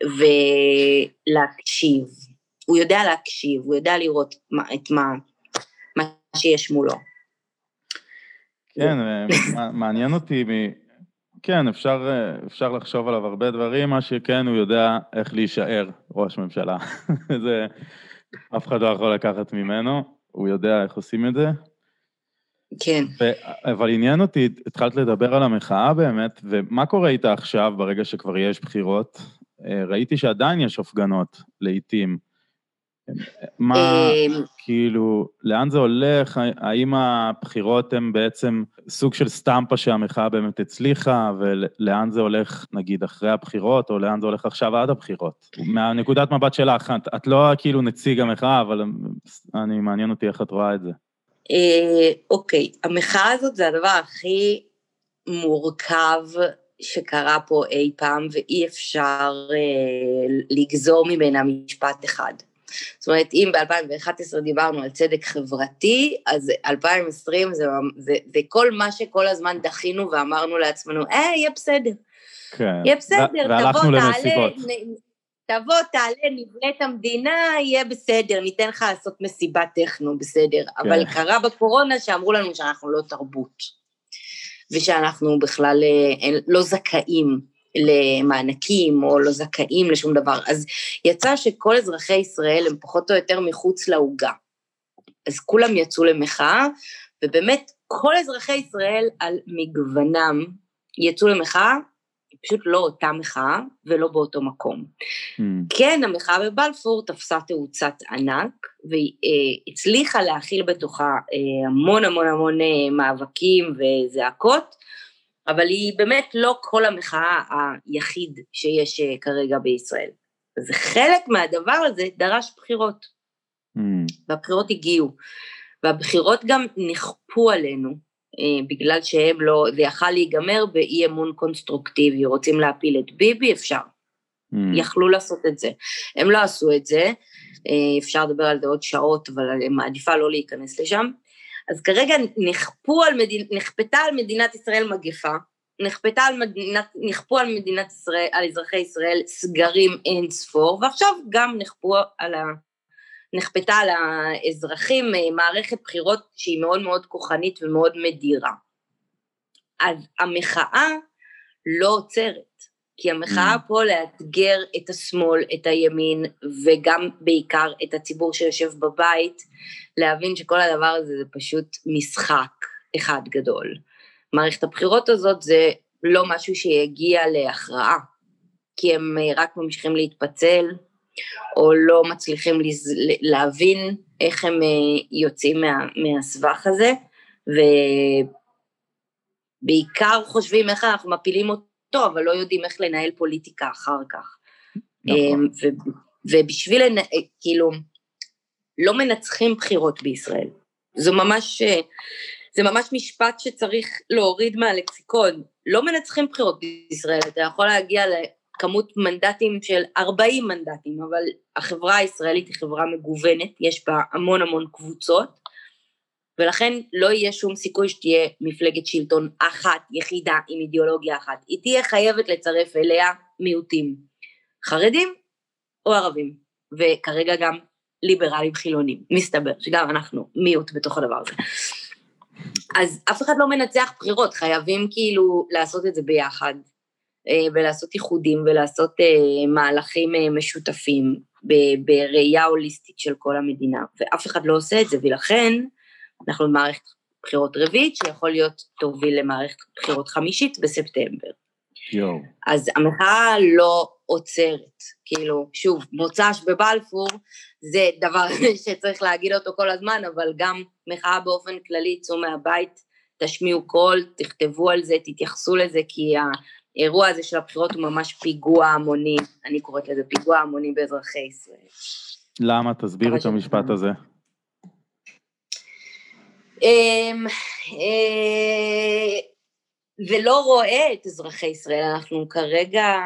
ולהקשיב. הוא יודע להקשיב, הוא יודע לראות את מה, מה שיש מולו. כן, מעניין אותי, כן, אפשר, אפשר לחשוב עליו הרבה דברים, מה שכן, הוא יודע איך להישאר ראש ממשלה. זה, אף אחד לא יכול לקחת ממנו, הוא יודע איך עושים את זה. כן. ו, אבל עניין אותי, התחלת לדבר על המחאה באמת, ומה קורה איתה עכשיו, ברגע שכבר יש בחירות? ראיתי שעדיין יש הפגנות, לעתים. מה, כאילו, לאן זה הולך? האם הבחירות הן בעצם סוג של סטמפה שהמחאה באמת הצליחה, ולאן זה הולך, נגיד, אחרי הבחירות, או לאן זה הולך עכשיו עד הבחירות? מהנקודת מבט שלך, את לא כאילו נציג המחאה, אבל אני מעניין אותי איך את רואה את זה. אוקיי, המחאה הזאת זה הדבר הכי מורכב שקרה פה אי פעם, ואי אפשר לגזור ממנה משפט אחד. זאת אומרת, אם ב-אלפיים ואחת עשרה דיברנו על צדק חברתי, אז אלפיים ועשרים זה, זה, זה כל מה שכל הזמן דחינו ואמרנו לעצמנו, אה, יהיה בסדר. יהיה בסדר, והלכנו למסיבות. תבוא, תעלה, נבנה את המדינה, יהיה בסדר, ניתן לך לעשות מסיבת טכנו, בסדר. אבל קרה בקורונה שאמרו לנו שאנחנו לא תרבות, ושאנחנו בכלל לא זכאים למענקים, או לא זכאים לשום דבר. אז יצא שכל אזרחי ישראל הם פחות או יותר מחוץ להוגה. אז כולם יצאו למחאה, ובאמת כל אזרחי ישראל על מגוונם יצאו למחאה, פשוט לא אותה מחאה ולא באותו מקום. Mm. כן, המחאה בבלפור תפסה תאוצת ענק, והיא אה, הצליחה להכיל בתוכה אה, המון המון המון אה, מאבקים וזעקות, אבל היא באמת לא כל המחאה היחיד שיש אה, כרגע בישראל. אז חלק מהדבר הזה דרש בחירות. Mm. והבחירות הגיעו, והבחירות גם נכפו עלינו, בגלל שהם לא, זה יכל להיגמר באי אמון קונסטרוקטיבי, רוצים להפיל את ביבי, אפשר. Mm. יכלו לעשות את זה. הם לא עשו את זה, אפשר לדבר על זה עוד שעות, אבל הם מעדיפה לא להיכנס לשם. אז כרגע נכפו על מדינת, נכפתה על מדינת ישראל מגפה, נכפתה על מדינת, נכפו על מדינת ישראל, על אזרחי ישראל סגרים אין ספור, ועכשיו גם נכפו על ה... נכפתה על האזרחים מערכת בחירות שהיא מאוד מאוד כוחנית ומאוד מדירה. אז המחאה לא עוצרת, כי המחאה פה לאתגר את השמאל, את הימין, וגם בעיקר את הציבור שיושב בבית, להבין שכל הדבר הזה זה פשוט משחק אחד גדול. מערכת הבחירות הזאת זה לא משהו שיגיע להכרעה, כי הם רק ממשיכים להתפצל, או לא מצליחים להבין איך הם יוצאים מה, מהסבך הזה, ובעיקר חושבים איך אנחנו מפילים אותו, אבל לא יודעים איך לנהל פוליטיקה אחר כך. נכון. ו, ובשביל, כאילו, לא מנצחים בחירות בישראל. זו ממש, זה ממש משפט שצריך להוריד מהלקסיקון. לא מנצחים בחירות בישראל, אתה יכול להגיע ל... כמות מנדטים של ארבעים מנדטים, אבל החברה הישראלית היא חברה מגוונת, יש בה המון המון קבוצות, ולכן לא יהיה שום סיכוי שתהיה מפלגת שלטון אחת, יחידה, עם אידיאולוגיה אחת. היא תהיה חייבת לצרף אליה מיעוטים, חרדים או ערבים, וכרגע גם ליברלים חילונים, מסתבר שגם אנחנו מיעוט בתוך הדבר הזה. אז אף אחד לא מנצח בחירות, חייבים כאילו לעשות את זה ביחד, ולעשות ייחודים ולעשות מהלכים משותפים בראייה הוליסטית של כל המדינה, ואף אחד לא עושה את זה, ולכן אנחנו במערכת בחירות רביעית, שיכול להיות תוביל למערכת בחירות חמישית בספטמבר. יו. אז המחאה לא עוצרת, כאילו, שוב, מוצ"ש בבלפור, זה דבר שצריך להגיד אותו כל הזמן, אבל גם מחאה באופן כללי, צאו מהבית, תשמיעו קול, תכתבו על זה, תתייחסו לזה, כי ה... האירוע הזה של הבחירות הוא ממש פיגוע המוני, אני קוראת לזה פיגוע המוני באזרחי ישראל. למה? תסביר את המשפט הזה. ולא רואה את אזרחי ישראל, אנחנו כרגע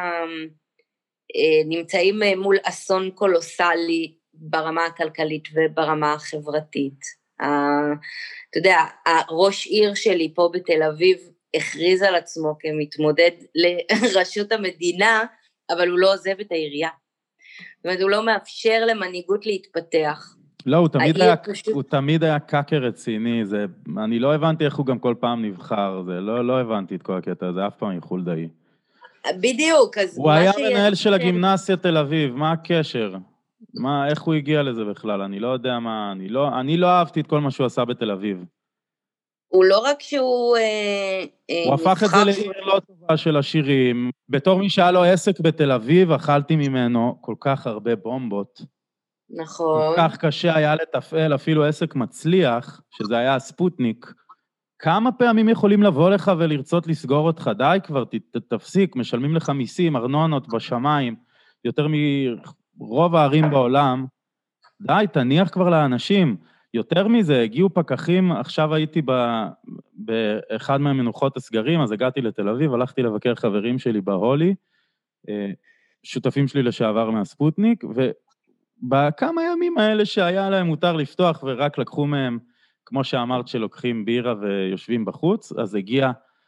נמצאים מול אסון קולוסלי ברמה הכלכלית וברמה החברתית. אתה יודע, הראש עיר שלי פה בתל אביב, הכריז על עצמו כמתמודד לראשות המדינה, אבל הוא לא עוזב את העירייה. זאת אומרת, הוא לא מאפשר למנהיגות להתפתח. לא, הוא תמיד, היה, פשוט... הוא תמיד היה קאקר רציני, זה, אני לא הבנתי איך הוא גם כל פעם נבחר, זה, לא, לא הבנתי את כל הקטע הזה, אף פעם יכול די. בדיוק, אז הוא היה מנהל של הגימנסיה תל אביב, מה הקשר? מה, איך הוא הגיע לזה בכלל? אני לא יודע מה, אני לא, אני לא אהבתי את כל מה שהוא עשה בתל אביב. הוא לא רק שהוא... הוא הפך את זה לעיר לא טובה של השירים. בתור מי שהיה לו עסק בתל אביב, אכלתי ממנו כל כך הרבה בומבות. נכון. כל כך קשה היה לתפעל, אפילו עסק מצליח, שזה היה הספוטניק. כמה פעמים יכולים לבוא לך ולרצות לסגור אותך? די כבר, תפסיק, משלמים לך מיסים, ארנונות בשמיים, יותר מרוב הערים בעולם. די, תניח כבר לאנשים. יותר מזה, הגיעו פקחים, עכשיו הייתי באחד מהמנוחות הסגרים, אז הגעתי לתל אביב, הלכתי לבקר חברים שלי בהולי, שותפים שלי לשעבר מהספוטניק, ובכמה ימים האלה שהיה להם מותר לפתוח, ורק לקחו מהם, כמו שאמרת, שלוקחים בירה ויושבים בחוץ, אז הגיע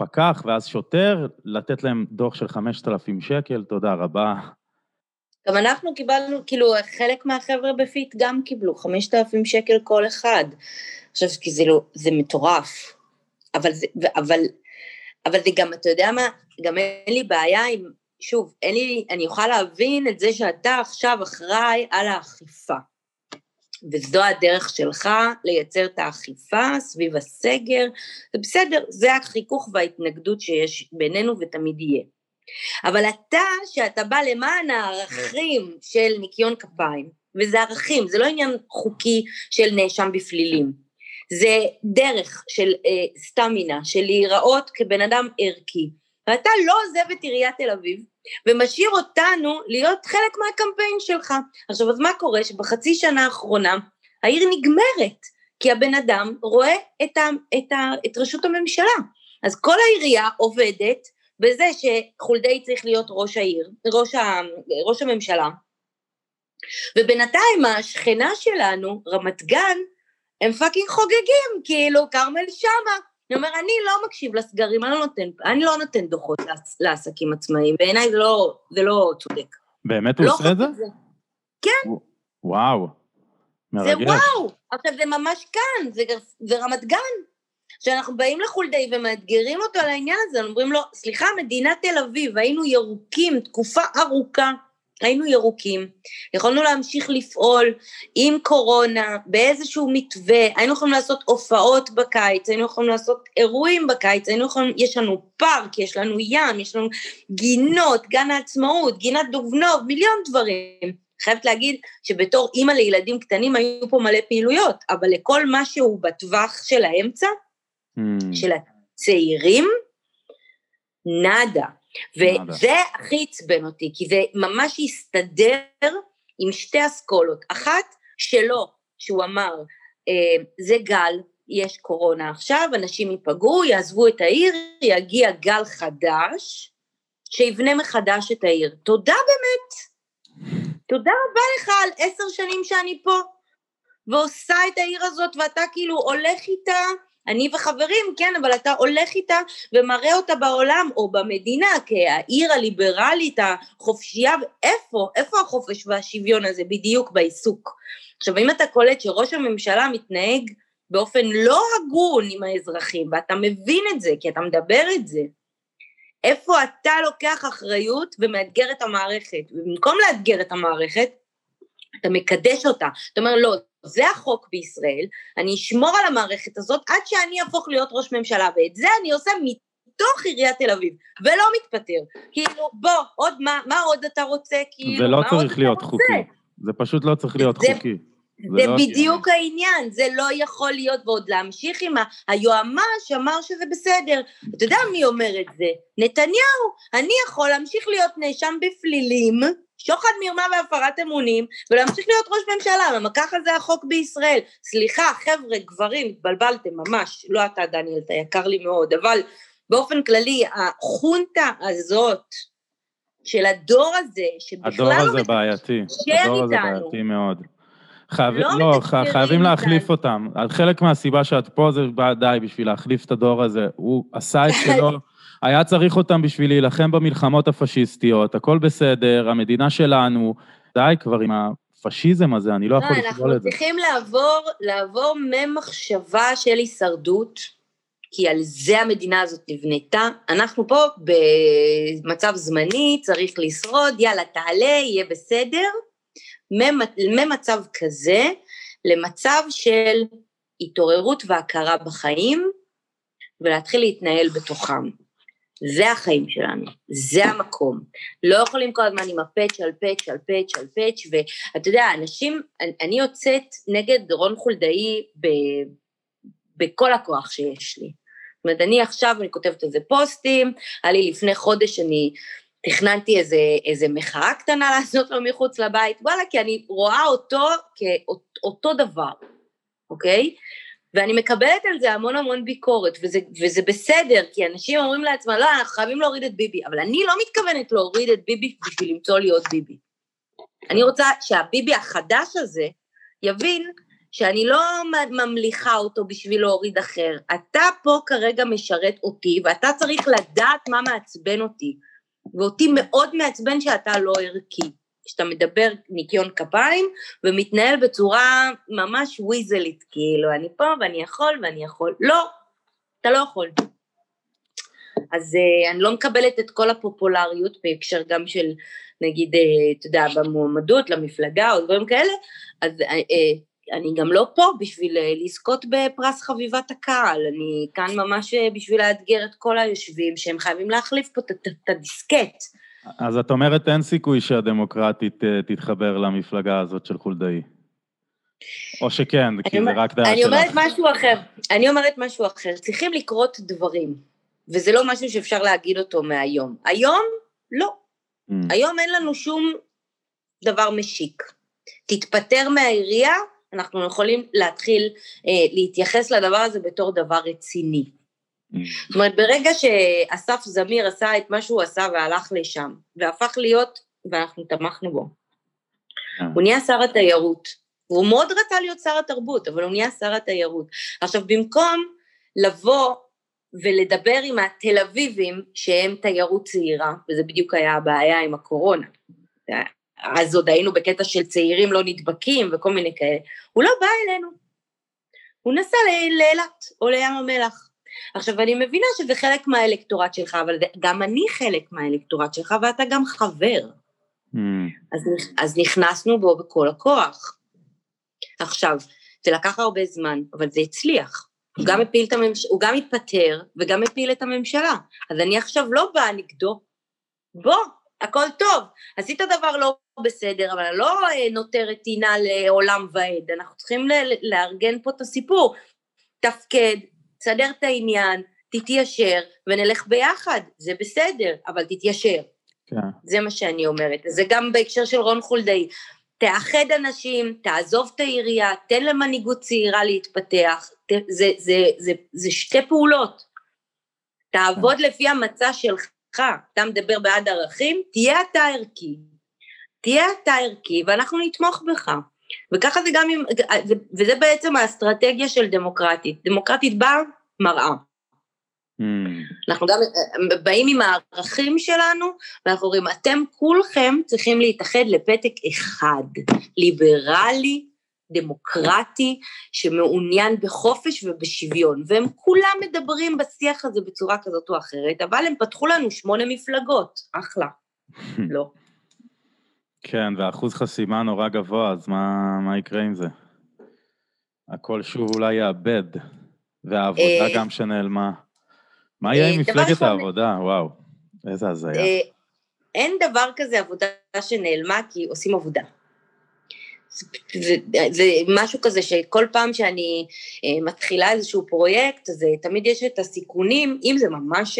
פקח ואז שוטר, לתת להם דוח של חמשת אלפים שקל, תודה רבה. גם אנחנו קיבלנו, כאילו, חלק מהחבר'ה בפיט גם קיבלו, חמשת אלפים שקל כל אחד. עכשיו, כי זה לא, זה מטורף. אבל זה, אבל, אבל זה גם, אתה יודע מה, גם אין לי בעיה עם, שוב, אין לי, אני אוכל להבין את זה שאתה עכשיו אחראי על האכיפה. וזו הדרך שלך לייצר את האכיפה סביב הסגר, זה בסדר, זה החיכוך וההתנגדות שיש בינינו ותמיד יהיה. אבל אתה, שאתה בא למען הערכים של ניקיון כפיים, וזה ערכים, זה לא עניין חוקי של נאשם בפלילים, זה דרך של אה, סטמינה, של להיראות כבן אדם ערכי, ואתה לא עוזב את עיריית תל אביב, ומשאיר אותנו להיות חלק מהקמפיין שלך. עכשיו, אז מה קורה? שבחצי שנה האחרונה, העיר נגמרת, כי הבן אדם רואה את, ה, את, ה, את רשות הממשלה. אז כל העירייה עובדת, בזה שחולדאי צריך להיות ראש העיר, ראש, ה, ראש הממשלה, ובינתיים השכנה שלנו, רמת גן, הם פאקינג חוגגים, כאילו, קרמל שמה, אני אומר, אני לא מקשיב לסגרים, אני לא נותן, אני לא נותן דוחות לעסקים עצמאיים, בעיניי זה לא, זה לא צודק. באמת הוא לא עושה את זה? זה? כן. וואו, מרגש. זה וואו, עכשיו זה ממש כאן, זה, זה רמת גן. כשאנחנו באים לחולדאי ומאתגרים אותו על העניין הזה, אנחנו אומרים לו, סליחה, מדינת תל אביב, היינו ירוקים, תקופה ארוכה, היינו ירוקים, יכולנו להמשיך לפעול עם קורונה, באיזשהו מתווה, היינו יכולים לעשות הופעות בקיץ, היינו יכולים לעשות אירועים בקיץ, היינו יכולים, יש לנו פארק, יש לנו ים, יש לנו גינות, גן העצמאות, גינת דובנוב, מיליון דברים. חייבת להגיד שבתור אימא לילדים קטנים היו פה מלא פעילויות, אבל לכל משהו בטווח של האמצע, mm. של הצעירים, נדה. וזה הכי עצבן אותי, כי זה ממש יסתדר עם שתי אסכולות. אחת שלו, שהוא אמר, זה גל, יש קורונה עכשיו, אנשים ייפגעו, יעזבו את העיר, יגיע גל חדש, שיבנה מחדש את העיר. תודה באמת. תודה רבה לך על עשר שנים שאני פה, ועושה את העיר הזאת, ואתה כאילו הולך איתה, אני וחברים, כן, אבל אתה הולך איתה ומראה אותה בעולם או במדינה, כהעיר הליברלית, החופשייה, איפה, איפה החופש והשוויון הזה בדיוק בעיסוק? עכשיו, אם אתה קולט שראש הממשלה מתנהג באופן לא הגון עם האזרחים, ואתה מבין את זה, כי אתה מדבר את זה, איפה אתה לוקח אחריות ומאתגר את המערכת, ובמקום לאתגר את המערכת, אתה מקדש אותה, אתה אומר, לא, זה החוק בישראל, אני אשמור על המערכת הזאת, עד שאני אהפוך להיות ראש ממשלה, ואת זה אני עושה מתוך עיריית תל אביב, ולא מתפטר, כאילו, בוא, עוד מה, מה עוד אתה רוצה, כאילו, זה לא צריך להיות חוקי, זה פשוט לא צריך להיות זה, חוקי. זה, זה לא בדיוק כן. העניין, זה לא יכול להיות, ועוד להמשיך עם היועמ"ש אמר שזה בסדר, אתה יודע מי אומר את זה? נתניהו, אני יכול להמשיך להיות נאשם בפלילים, שוחד מרמה והפרת אמונים, ולהמשיך להיות ראש ממשלה, אבל ככה זה החוק בישראל. סליחה, חבר'ה, גברים, התבלבלתם ממש, לא אתה דניאל, אתה יקר לי מאוד, אבל באופן כללי, החונטה הזאת, של הדור הזה, שבכלל הדור הזה בעייתי, הדור הזה בעייתי מאוד. חייב, לא, לא חייבים להחליף אותם. חלק מהסיבה שאת פה זה די בשביל להחליף את הדור הזה. הוא עשה את שלו, היה צריך אותם בשביל להילחם במלחמות הפשיסטיות, הכל בסדר, המדינה שלנו, די כבר עם הפשיזם הזה, אני לא יכול לסבול את זה. אנחנו צריכים לעבור, לעבור ממחשבה של הישרדות, כי על זה המדינה הזאת נבנתה, אנחנו פה במצב זמני, צריך לשרוד, יאללה תעלה, יהיה בסדר, ממצב כזה, למצב של התעוררות והכרה בחיים, ולהתחיל להתנהל בתוכם. זה החיים שלנו, זה המקום. לא יכולים כל הזמן עם הפאץ' על פאץ' על פאץ' על פאץ', ואתה יודע, אנשים, אני יוצאת נגד רון חולדאי ב, בכל הכוח שיש לי. זאת אומרת, אני עכשיו, אני כותבת איזה פוסטים, היה לי לפני חודש, אני תכננתי איזה, איזה מחאה קטנה לעשות לו מחוץ לבית, וואלה, כי אני רואה אותו כאותו דבר, אוקיי? ואני מקבלת על זה המון המון ביקורת, וזה, וזה בסדר, כי אנשים אומרים לעצמם, לא, אנחנו חייבים להוריד את ביבי, אבל אני לא מתכוונת להוריד את ביבי בשביל למצוא לי עוד ביבי. אני רוצה שהביבי החדש הזה יבין שאני לא ממליכה אותו בשביל להוריד אחר. אתה פה כרגע משרת אותי, ואתה צריך לדעת מה מעצבן אותי. ואותי מאוד מעצבן שאתה לא ערכי. שאתה מדבר ניקיון כפיים, ומתנהל בצורה ממש וויזלית, כאילו, אני פה ואני יכול ואני יכול. לא, אתה לא יכול. אז אני לא מקבלת את כל הפופולריות, בהקשר גם של, נגיד, אתה יודע, במועמדות, למפלגה, או דברים כאלה, אז אני גם לא פה בשביל לזכות בפרס חביבת הקהל, אני כאן ממש בשביל לאתגר את כל היושבים, שהם חייבים להחליף פה את הדיסקט. אז את אומרת, אין סיכוי שהדמוקרטית תתחבר למפלגה הזאת של חולדאי? או שכן, כי זה רק דעה שלך. אני אומרת משהו אחר, אני אומרת משהו אחר, צריכים לקרות דברים, וזה לא משהו שאפשר להגיד אותו מהיום. היום, לא. היום אין לנו שום דבר משיק. תתפטר מהעירייה, אנחנו יכולים להתחיל אה, להתייחס לדבר הזה בתור דבר רציני. זאת אומרת, ברגע שאסף זמיר עשה את מה שהוא עשה והלך לשם, והפך להיות, ואנחנו תמכנו בו, הוא נהיה שר התיירות, והוא מאוד רצה להיות שר התרבות, אבל הוא נהיה שר התיירות. עכשיו, במקום לבוא ולדבר עם התל אביבים, שהם תיירות צעירה, וזה בדיוק היה הבעיה עם הקורונה, אז עוד היינו בקטע של צעירים לא נדבקים, וכל מיני כאלה, הוא לא בא אלינו, הוא נסע לאילת, או לים המלח. עכשיו, אני מבינה שזה חלק מהאלקטורט שלך, אבל גם אני חלק מהאלקטורט שלך, ואתה גם חבר. Mm. אז, אז נכנסנו בו בכל הכוח. עכשיו, זה לקח הרבה זמן, אבל זה הצליח. הוא גם הפיל את הממש... הוא גם התפטר, וגם הפיל את הממשלה. אז אני עכשיו לא באה נגדו. בוא, הכל טוב. עשית דבר לא בסדר, אבל לא נותרת עינה לעולם ועד. אנחנו צריכים לארגן פה את הסיפור. תפקד, תסדר את העניין, תתיישר, ונלך ביחד. זה בסדר, אבל תתיישר. כן. זה מה שאני אומרת. זה גם בהקשר של רון חולדאי. תאחד אנשים, תעזוב את העירייה, תן למנהיגות צעירה להתפתח, זה, זה, זה, זה שתי פעולות. תעבוד לפי המצע שלך, אתה מדבר בעד ערכים, תהיה אתה ערכי, תהיה אתה ערכי, ואנחנו נתמוך בך. וככה זה גם, וזה בעצם האסטרטגיה של דמוקרטית. דמוקרטית באה מראה. אנחנו גם באים עם הערכים שלנו, ואנחנו אומרים, אתם כולכם צריכים להתאחד לפתק אחד, ליברלי, דמוקרטי, שמעוניין בחופש ובשוויון, והם כולם מדברים בשיח הזה בצורה כזאת או אחרת, אבל הם פתחו לנו שמונה מפלגות, אחלה, לא. כן, ואחוז חסימה נורא גבוה, אז מה, מה יקרה עם זה? הכל שוב אולי יאבד, והעבודה גם שנעלמה. מה יהיה עם מפלגת העבודה? וואו, איזה הזיה. אין דבר כזה עבודה שנעלמה, כי עושים עבודה. זה, זה משהו כזה שכל פעם שאני מתחילה איזשהו פרויקט, אז תמיד יש את הסיכונים, אם זה ממש,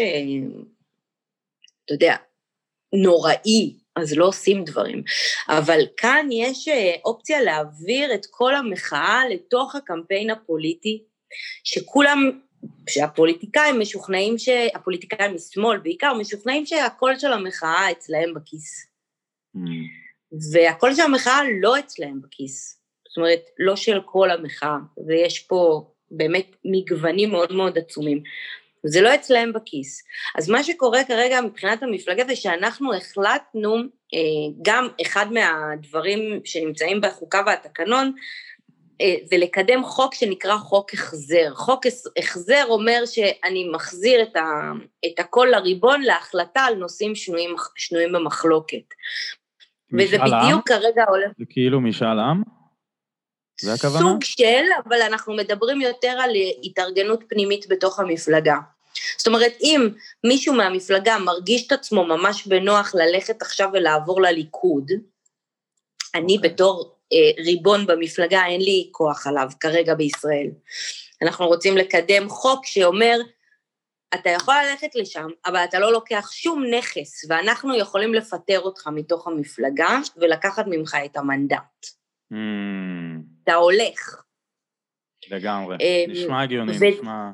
אתה יודע, נוראי, אז לא עושים דברים. אבל כאן יש אופציה להעביר את כל המחאה לתוך הקמפיין הפוליטי, שכולם, שהפוליטיקאים משוכנעים, שהפוליטיקאים משמאל בעיקר, משוכנעים שהקול של המחאה אצלהם בכיס. Mm. והקול של המחאה לא אצלהם בכיס. זאת אומרת, לא של כל המחאה, ויש פה באמת מגוונים מאוד מאוד עצומים. זה לא אצלהם בכיס. אז מה שקורה כרגע מבחינת המפלגה, זה שאנחנו החלטנו, גם אחד מהדברים שנמצאים בחוקה והתקנון, זה לקדם חוק שנקרא חוק החזר. חוק החזר אומר שאני מחזיר את, ה, את הכל לריבון להחלטה על נושאים שנויים, שנויים במחלוקת. וזה בדיוק עם? כרגע עולה. זה כאילו משאל עם? זה הכוונה? סוג של, אבל אנחנו מדברים יותר על התארגנות פנימית בתוך המפלגה. זאת אומרת, אם מישהו מהמפלגה מרגיש את עצמו ממש בנוח ללכת עכשיו ולעבור לליכוד, אני okay. בתור אה, ריבון במפלגה, אין לי כוח עליו כרגע בישראל. אנחנו רוצים לקדם חוק שאומר, אתה יכול ללכת לשם, אבל אתה לא לוקח שום נכס, ואנחנו יכולים לפטר אותך מתוך המפלגה, ולקחת ממך את המנדט. Mm. אתה הולך. לגמרי, נשמע הגיוני, נשמע...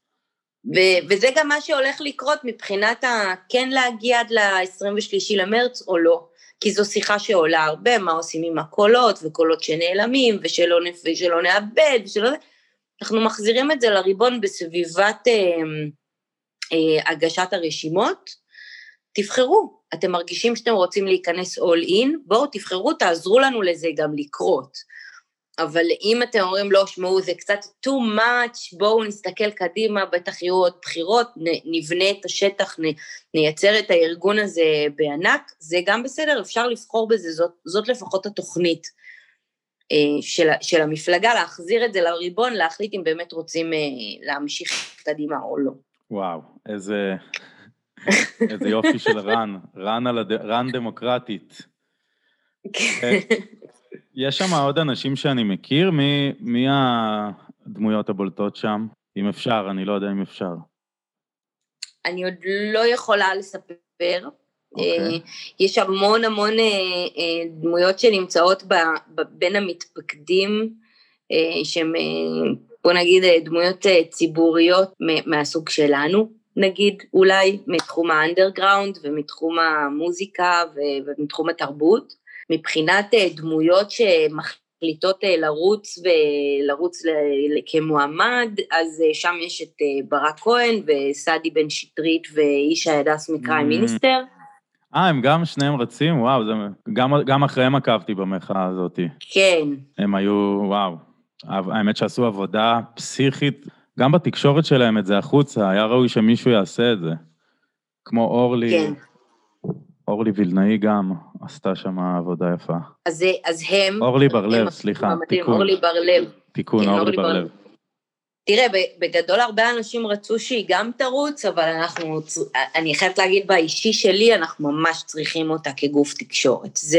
ו- וזה גם מה שהולך לקרות מבחינת ה- כן להגיע עד ל-עשרים ושלושה למרץ או לא, כי זו שיחה שעולה הרבה, מה עושים עם הקולות, וקולות שנעלמים, ושלא, ושלא נאבד, ושלא... אנחנו מחזירים את זה לריבון בסביבת אה, אה, הגשת הרשימות, תבחרו, אתם מרגישים שאתם רוצים להיכנס all in, בואו תבחרו, תעזרו לנו לזה גם לקרות. אבל אם אתם אומרים לא, שמעו, זה קצת too much, בואו נסתכל קדימה, בטח יהיו עוד בחירות, נבנה את השטח, נייצר את הארגון הזה בענק, זה גם בסדר, אפשר לבחור בזה, זאת, זאת לפחות התוכנית של, של המפלגה, להחזיר את זה לריבון, להחליט אם באמת רוצים להמשיך קדימה או לא. וואו, איזה, איזה יופי של רן, רן, על הד... רן דמוקרטית. יש שם עוד אנשים שאני מכיר, מי, מי הדמויות הבולטות שם? אם אפשר, אני לא יודע אם אפשר. אני עוד לא יכולה לספר. Okay. יש המון המון דמויות שנמצאות ב, ב, בין המתפקדים, שהם, בוא נגיד, דמויות ציבוריות מהסוג שלנו, נגיד, אולי מתחום האנדרגראונד ומתחום המוזיקה ומתחום התרבות. מבחינת דמויות שמחליטות לרוץ ולרוץ כמועמד, אז שם יש את ברק כהן וסדי בן שטרית ואיש הידס מקריים מיניסטר. אה, הם גם שניהם רצים? וואו, זה, גם, גם אחריהם עקבתי במחאה הזאת. כן. הם היו, וואו, האמת שעשו עבודה פסיכית, גם בתקשורת שלהם את זה החוצה, היה ראוי שמישהו יעשה את זה. כמו אורלי. כן. אורלי וילנאי גם עשתה שם עבודה יפה. אז, אז הם... אורלי ברלב, סליחה, תיקון. אורלי ברלב. תיקון, כן, אורלי, אורלי ברלב. ברלב. תראה, בגדול הרבה אנשים רצו שהיא גם תרוץ, אבל אנחנו, אני חייבת להגיד באישי שלי, אנחנו ממש צריכים אותה כגוף תקשורת. זה...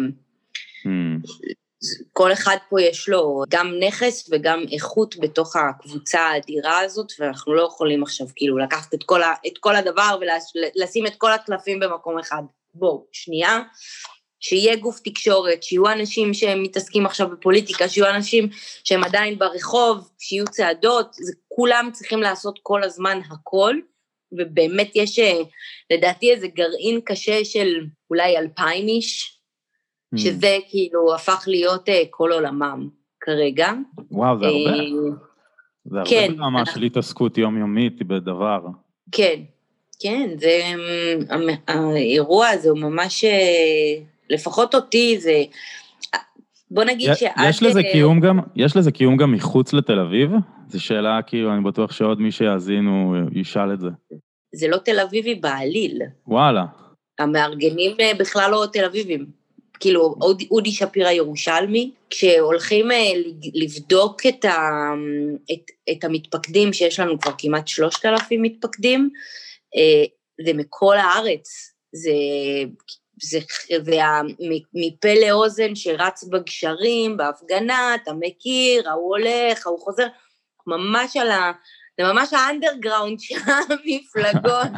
Hmm. כל אחד פה יש לו גם נכס וגם איכות בתוך הקבוצה האדירה הזאת, ואנחנו לא יכולים עכשיו כאילו לקחת את כל, ה, את כל הדבר ולשים את כל הקלפים במקום אחד. בואו, שנייה, שיהיה גוף תקשורת, שיהיו אנשים שהם מתעסקים עכשיו בפוליטיקה, שיהיו אנשים שהם עדיין ברחוב, שיהיו צעדות, זה, כולם צריכים לעשות כל הזמן הכל, ובאמת יש לדעתי איזה גרעין קשה של אולי אלפיים איש, שזה כאילו הפך להיות כל עולמם כרגע. וואו, זה הרבה. זה הרבה ברמה של התעסקות יומיומית בדבר. כן, כן, זה, האירוע הזה הוא ממש, לפחות אותי, זה, בוא נגיד שעד... יש לזה קיום גם, יש לזה קיום גם מחוץ לתל אביב? זו שאלה, כאילו, אני בטוח שעוד מי שיאזין הוא ישאל את זה. זה לא תל אביבי בעליל. וואלה. המארגנים בכלל לא תל אביבים. כאילו, אודי שפירא ירושלמי, כשהולכים לבדוק את, ה, את, את המתפקדים, שיש לנו כבר כמעט שלושת אלפים מתפקדים, זה מכל הארץ, זה, זה, זה מפה לאוזן שרץ בגשרים, בהפגנה, אתה מכיר, הוא הולך, הוא חוזר, ממש על ה... זה ממש האנדרגראונד של המפלגות.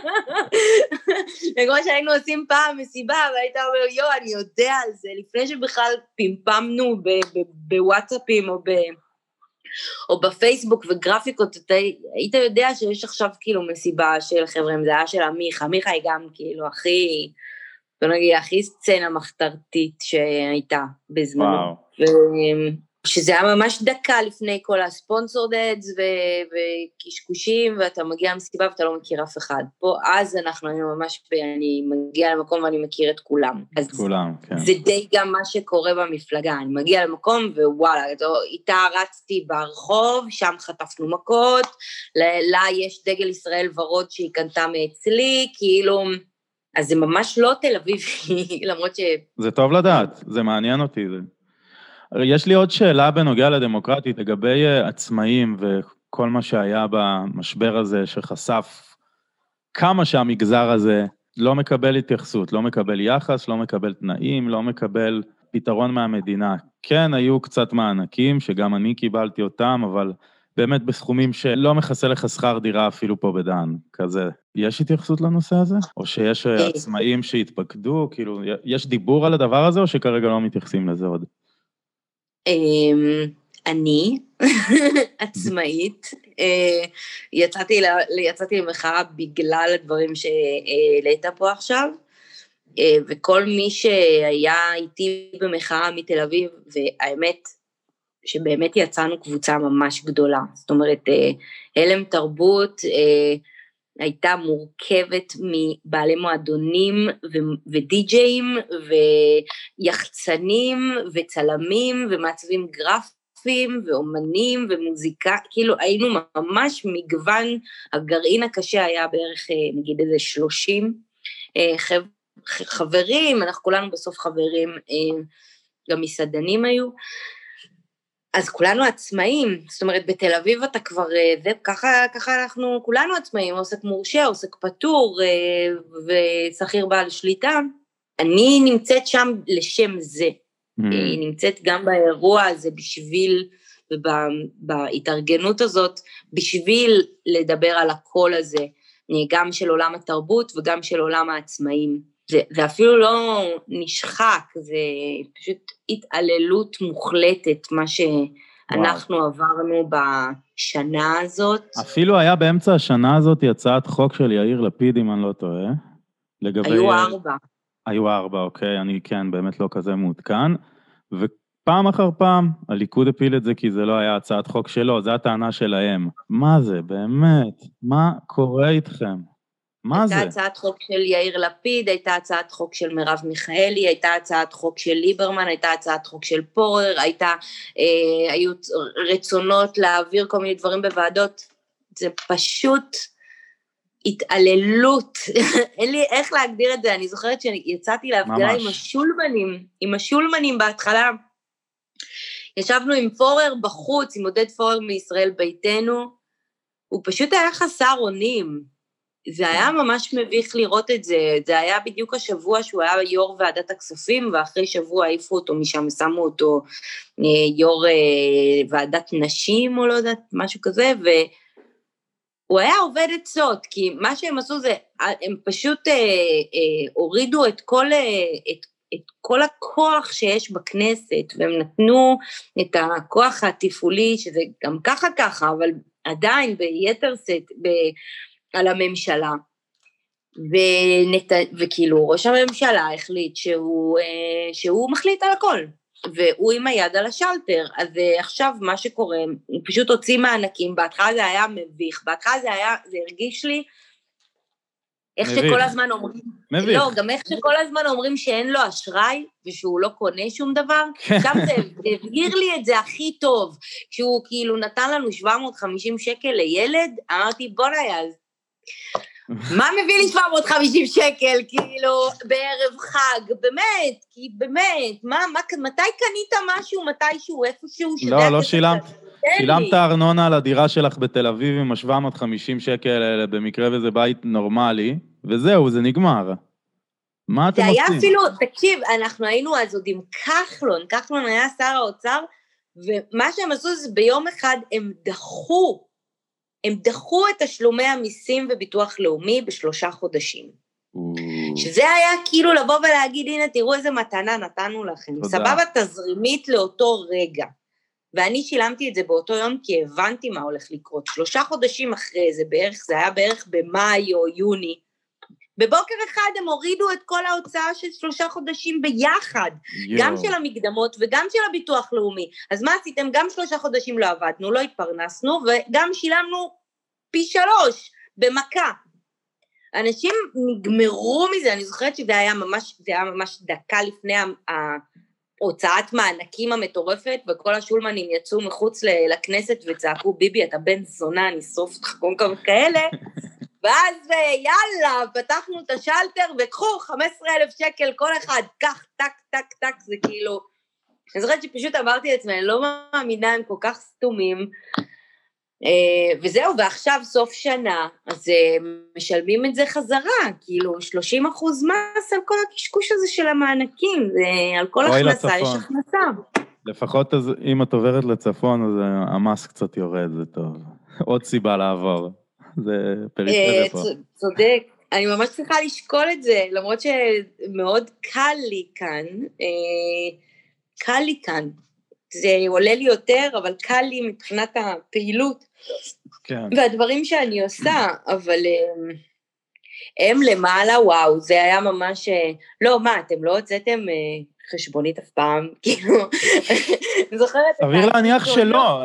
כמו שהיינו עושים פעם מסיבה, והיית אומר, יו, אני יודע על זה, לפני שבכלל פימפמנו בוואטסאפים או, או בפייסבוק וגרפיקות, אתה, היית יודע שיש עכשיו כאילו מסיבה של חבר'ה, זה היה של עמיחה, עמיחה היא גם כאילו הכי, בוא נגיד, הכי סצנה מחתרתית שהייתה בזמנו. וואו. שזה היה ממש דקה לפני כל הספונסור דאדס וקשקושים, ואתה מגיע למסיבה ואתה לא מכיר אף אחד. פה אז אנחנו, אני ממש, אני מגיע למקום ואני מכיר את כולם. את כולם, כן. זה די גם מה שקורה במפלגה, אני מגיע למקום ווואלה, איתה רצתי ברחוב, שם חטפנו מכות, לה יש דגל ישראל ורוד שהיא קנתה מאצלי, כאילו, אז זה ממש לא תל אביב, למרות ש... זה טוב לדעת, זה מעניין אותי, זה... יש לי עוד שאלה בנוגע לדמוקרטית, לגבי עצמאים וכל מה שהיה במשבר הזה שחשף כמה שהמגזר הזה לא מקבל התייחסות, לא מקבל יחס, לא מקבל תנאים, לא מקבל פתרון מהמדינה. כן, היו קצת מענקים שגם אני קיבלתי אותם, אבל באמת בסכומים שלא מכסה לך שכר דירה אפילו פה בדן, כזה. יש התייחסות לנושא הזה? או שיש עצמאים שהתפקדו, כאילו, יש דיבור על הדבר הזה או שכרגע לא מתייחסים לזה עוד? אני, עצמאית, יצאתי למחאה בגלל הדברים שהעלית פה עכשיו, וכל מי שהיה איתי במחאה מתל אביב, והאמת שבאמת יצאנו קבוצה ממש גדולה, זאת אומרת, הלם תרבות הייתה מורכבת מבעלי מועדונים ודי-ג'אים ויחצנים וצלמים ומעצבים גרפיים ואומנים ומוזיקה, כאילו היינו ממש מגוון, הגרעין הקשה היה בערך נגיד איזה שלושים חברים, אנחנו כולנו בסוף חברים, גם מסעדנים היו, אז כולנו עצמאים, זאת אומרת, בתל אביב אתה כבר, זה, ככה, ככה אנחנו, כולנו עצמאים, עוסק מורשה, עוסק פטור, ושכיר בעל שליטה. אני נמצאת שם לשם זה. Mm. היא נמצאת גם באירוע הזה בשביל, ובהתארגנות הזאת, בשביל לדבר על הקול הזה, גם של עולם התרבות וגם של עולם העצמאים. זה, זה אפילו לא נשחק, זה פשוט התעללות מוחלטת, מה שאנחנו וואו. עברנו בשנה הזאת. אפילו היה באמצע השנה הזאת הצעת חוק של יאיר לפיד, אם אני לא טועה. לגבי... היו ארבע. היו ארבע, אוקיי, אני כן, באמת לא כזה מעודכן. ופעם אחר פעם, הליכוד הפיל את זה כי זה לא היה הצעת חוק שלו, זה הטענה שלהם. מה זה, באמת? מה קורה איתכם? מה זה? הייתה הצעת חוק של יאיר לפיד, הייתה הצעת חוק של מרב מיכאלי, הייתה הצעת חוק של ליברמן, הייתה הצעת חוק של פורר, הייתה, אה, היו רצונות להעביר כל מיני דברים בוועדות, זה פשוט התעללות, אין לי איך להגדיר את זה, אני זוכרת שיצאתי להפגנה עם השולמנים, עם השולמנים בהתחלה, ישבנו עם פורר בחוץ, עם עודד פורר מישראל ביתנו, הוא פשוט היה חסר אונים, זה היה ממש מביך לראות את זה, זה היה בדיוק השבוע שהוא היה יו"ר ועדת הכספים, ואחרי שבוע העיפו אותו משם, שמו אותו יו"ר ועדת נשים, או לא יודעת, משהו כזה, והוא היה עובד עצות, כי מה שהם עשו זה, הם פשוט אה, אה, הורידו את כל, אה, את, את כל הכוח שיש בכנסת, והם נתנו את הכוח התפעולי, שזה גם ככה ככה, אבל עדיין ביתר סט, ב... על הממשלה, ונת... וכאילו ראש הממשלה החליט שהוא, שהוא מחליט על הכל, והוא עם היד על השלטר, אז עכשיו מה שקורה, הוא פשוט הוציא מענקים, בהתחלה זה היה מביך, בהתחלה זה היה, זה הרגיש לי, איך מביך. שכל הזמן אומרים, מביך. לא, גם איך שכל הזמן אומרים שאין לו אשראי, ושהוא לא קונה שום דבר, עכשיו זה הבהיר לי את זה הכי טוב, כשהוא כאילו נתן לנו שבע מאות וחמישים שקל לילד, אמרתי בוא נייז, מה מביא לי שבע מאות וחמישים שקל, כאילו, בערב חג, באמת, כי באמת, מה, מה, מתי קנית משהו, מתישהו, איפשהו, לא, לא שילמת, שילמת ארנונה על הדירה שלך בתל אביב עם ה-שבע מאות וחמישים שקל האלה, במקרה וזה בית נורמלי, וזהו, זה נגמר. מה אתם עושים? זה היה אפילו, תקשיב, אנחנו היינו אז עוד עם כחלון, כחלון היה שר האוצר, ומה שהם עשו זה ביום אחד, הם דחו, הם דחו את תשלומי המיסים וביטוח לאומי בשלושה חודשים. שזה היה כאילו לבוא ולהגיד, הנה תראו איזה מתנה נתנו לכם, סבבה תזרימית לאותו רגע. ואני שילמתי את זה באותו יום כי הבנתי מה הולך לקרות. שלושה חודשים אחרי זה בערך, זה היה בערך במאי או יוני, בבוקר אחד הם הורידו את כל ההוצאה של שלושה חודשים ביחד, יו. גם של המקדמות וגם של הביטוח לאומי. אז מה עשיתם? גם שלושה חודשים לא עבדנו, לא התפרנסנו, וגם שילמנו פי שלוש במכה. אנשים נגמרו מזה, אני זוכרת שזה היה ממש, זה היה ממש דקה לפני ההוצאת מענקים המטורפת, וכל השולמנים יצאו מחוץ לכנסת וצעקו, ביבי, אתה בן זונה, אני שרוף אותך כל כאלה, ואז יאללה, פתחנו את השלטר, וקחו חמישה עשר אלף שקל כל אחד, כך, טק, טק, טק, זה כאילו, אני זוכרת שפשוט אמרתי לעצמי, אני לא מאמינה, הם כל כך סתומים, וזהו, ועכשיו סוף שנה, אז משלמים את זה חזרה, כאילו שלושים אחוז מס על כל הקשקוש הזה של המענקים, על כל הכנסה יש הכנסה. לפחות אז, אם את עוברת לצפון, אז המס קצת יורד, זה טוב. עוד סיבה לעבור. זה פריפריה פה. צודק, אני ממש צריכה לשקול את זה, למרות שמאוד קל לי כאן, קל לי כאן, זה עולה לי יותר, אבל קל לי מבחינת הפעילות, והדברים שאני עושה, אבל הם למעלה, וואו, זה היה ממש, לא, מה, אתם לא הוצאתם חשבונית אף פעם, כאילו, אני זוכרת... סביר להניח שלא.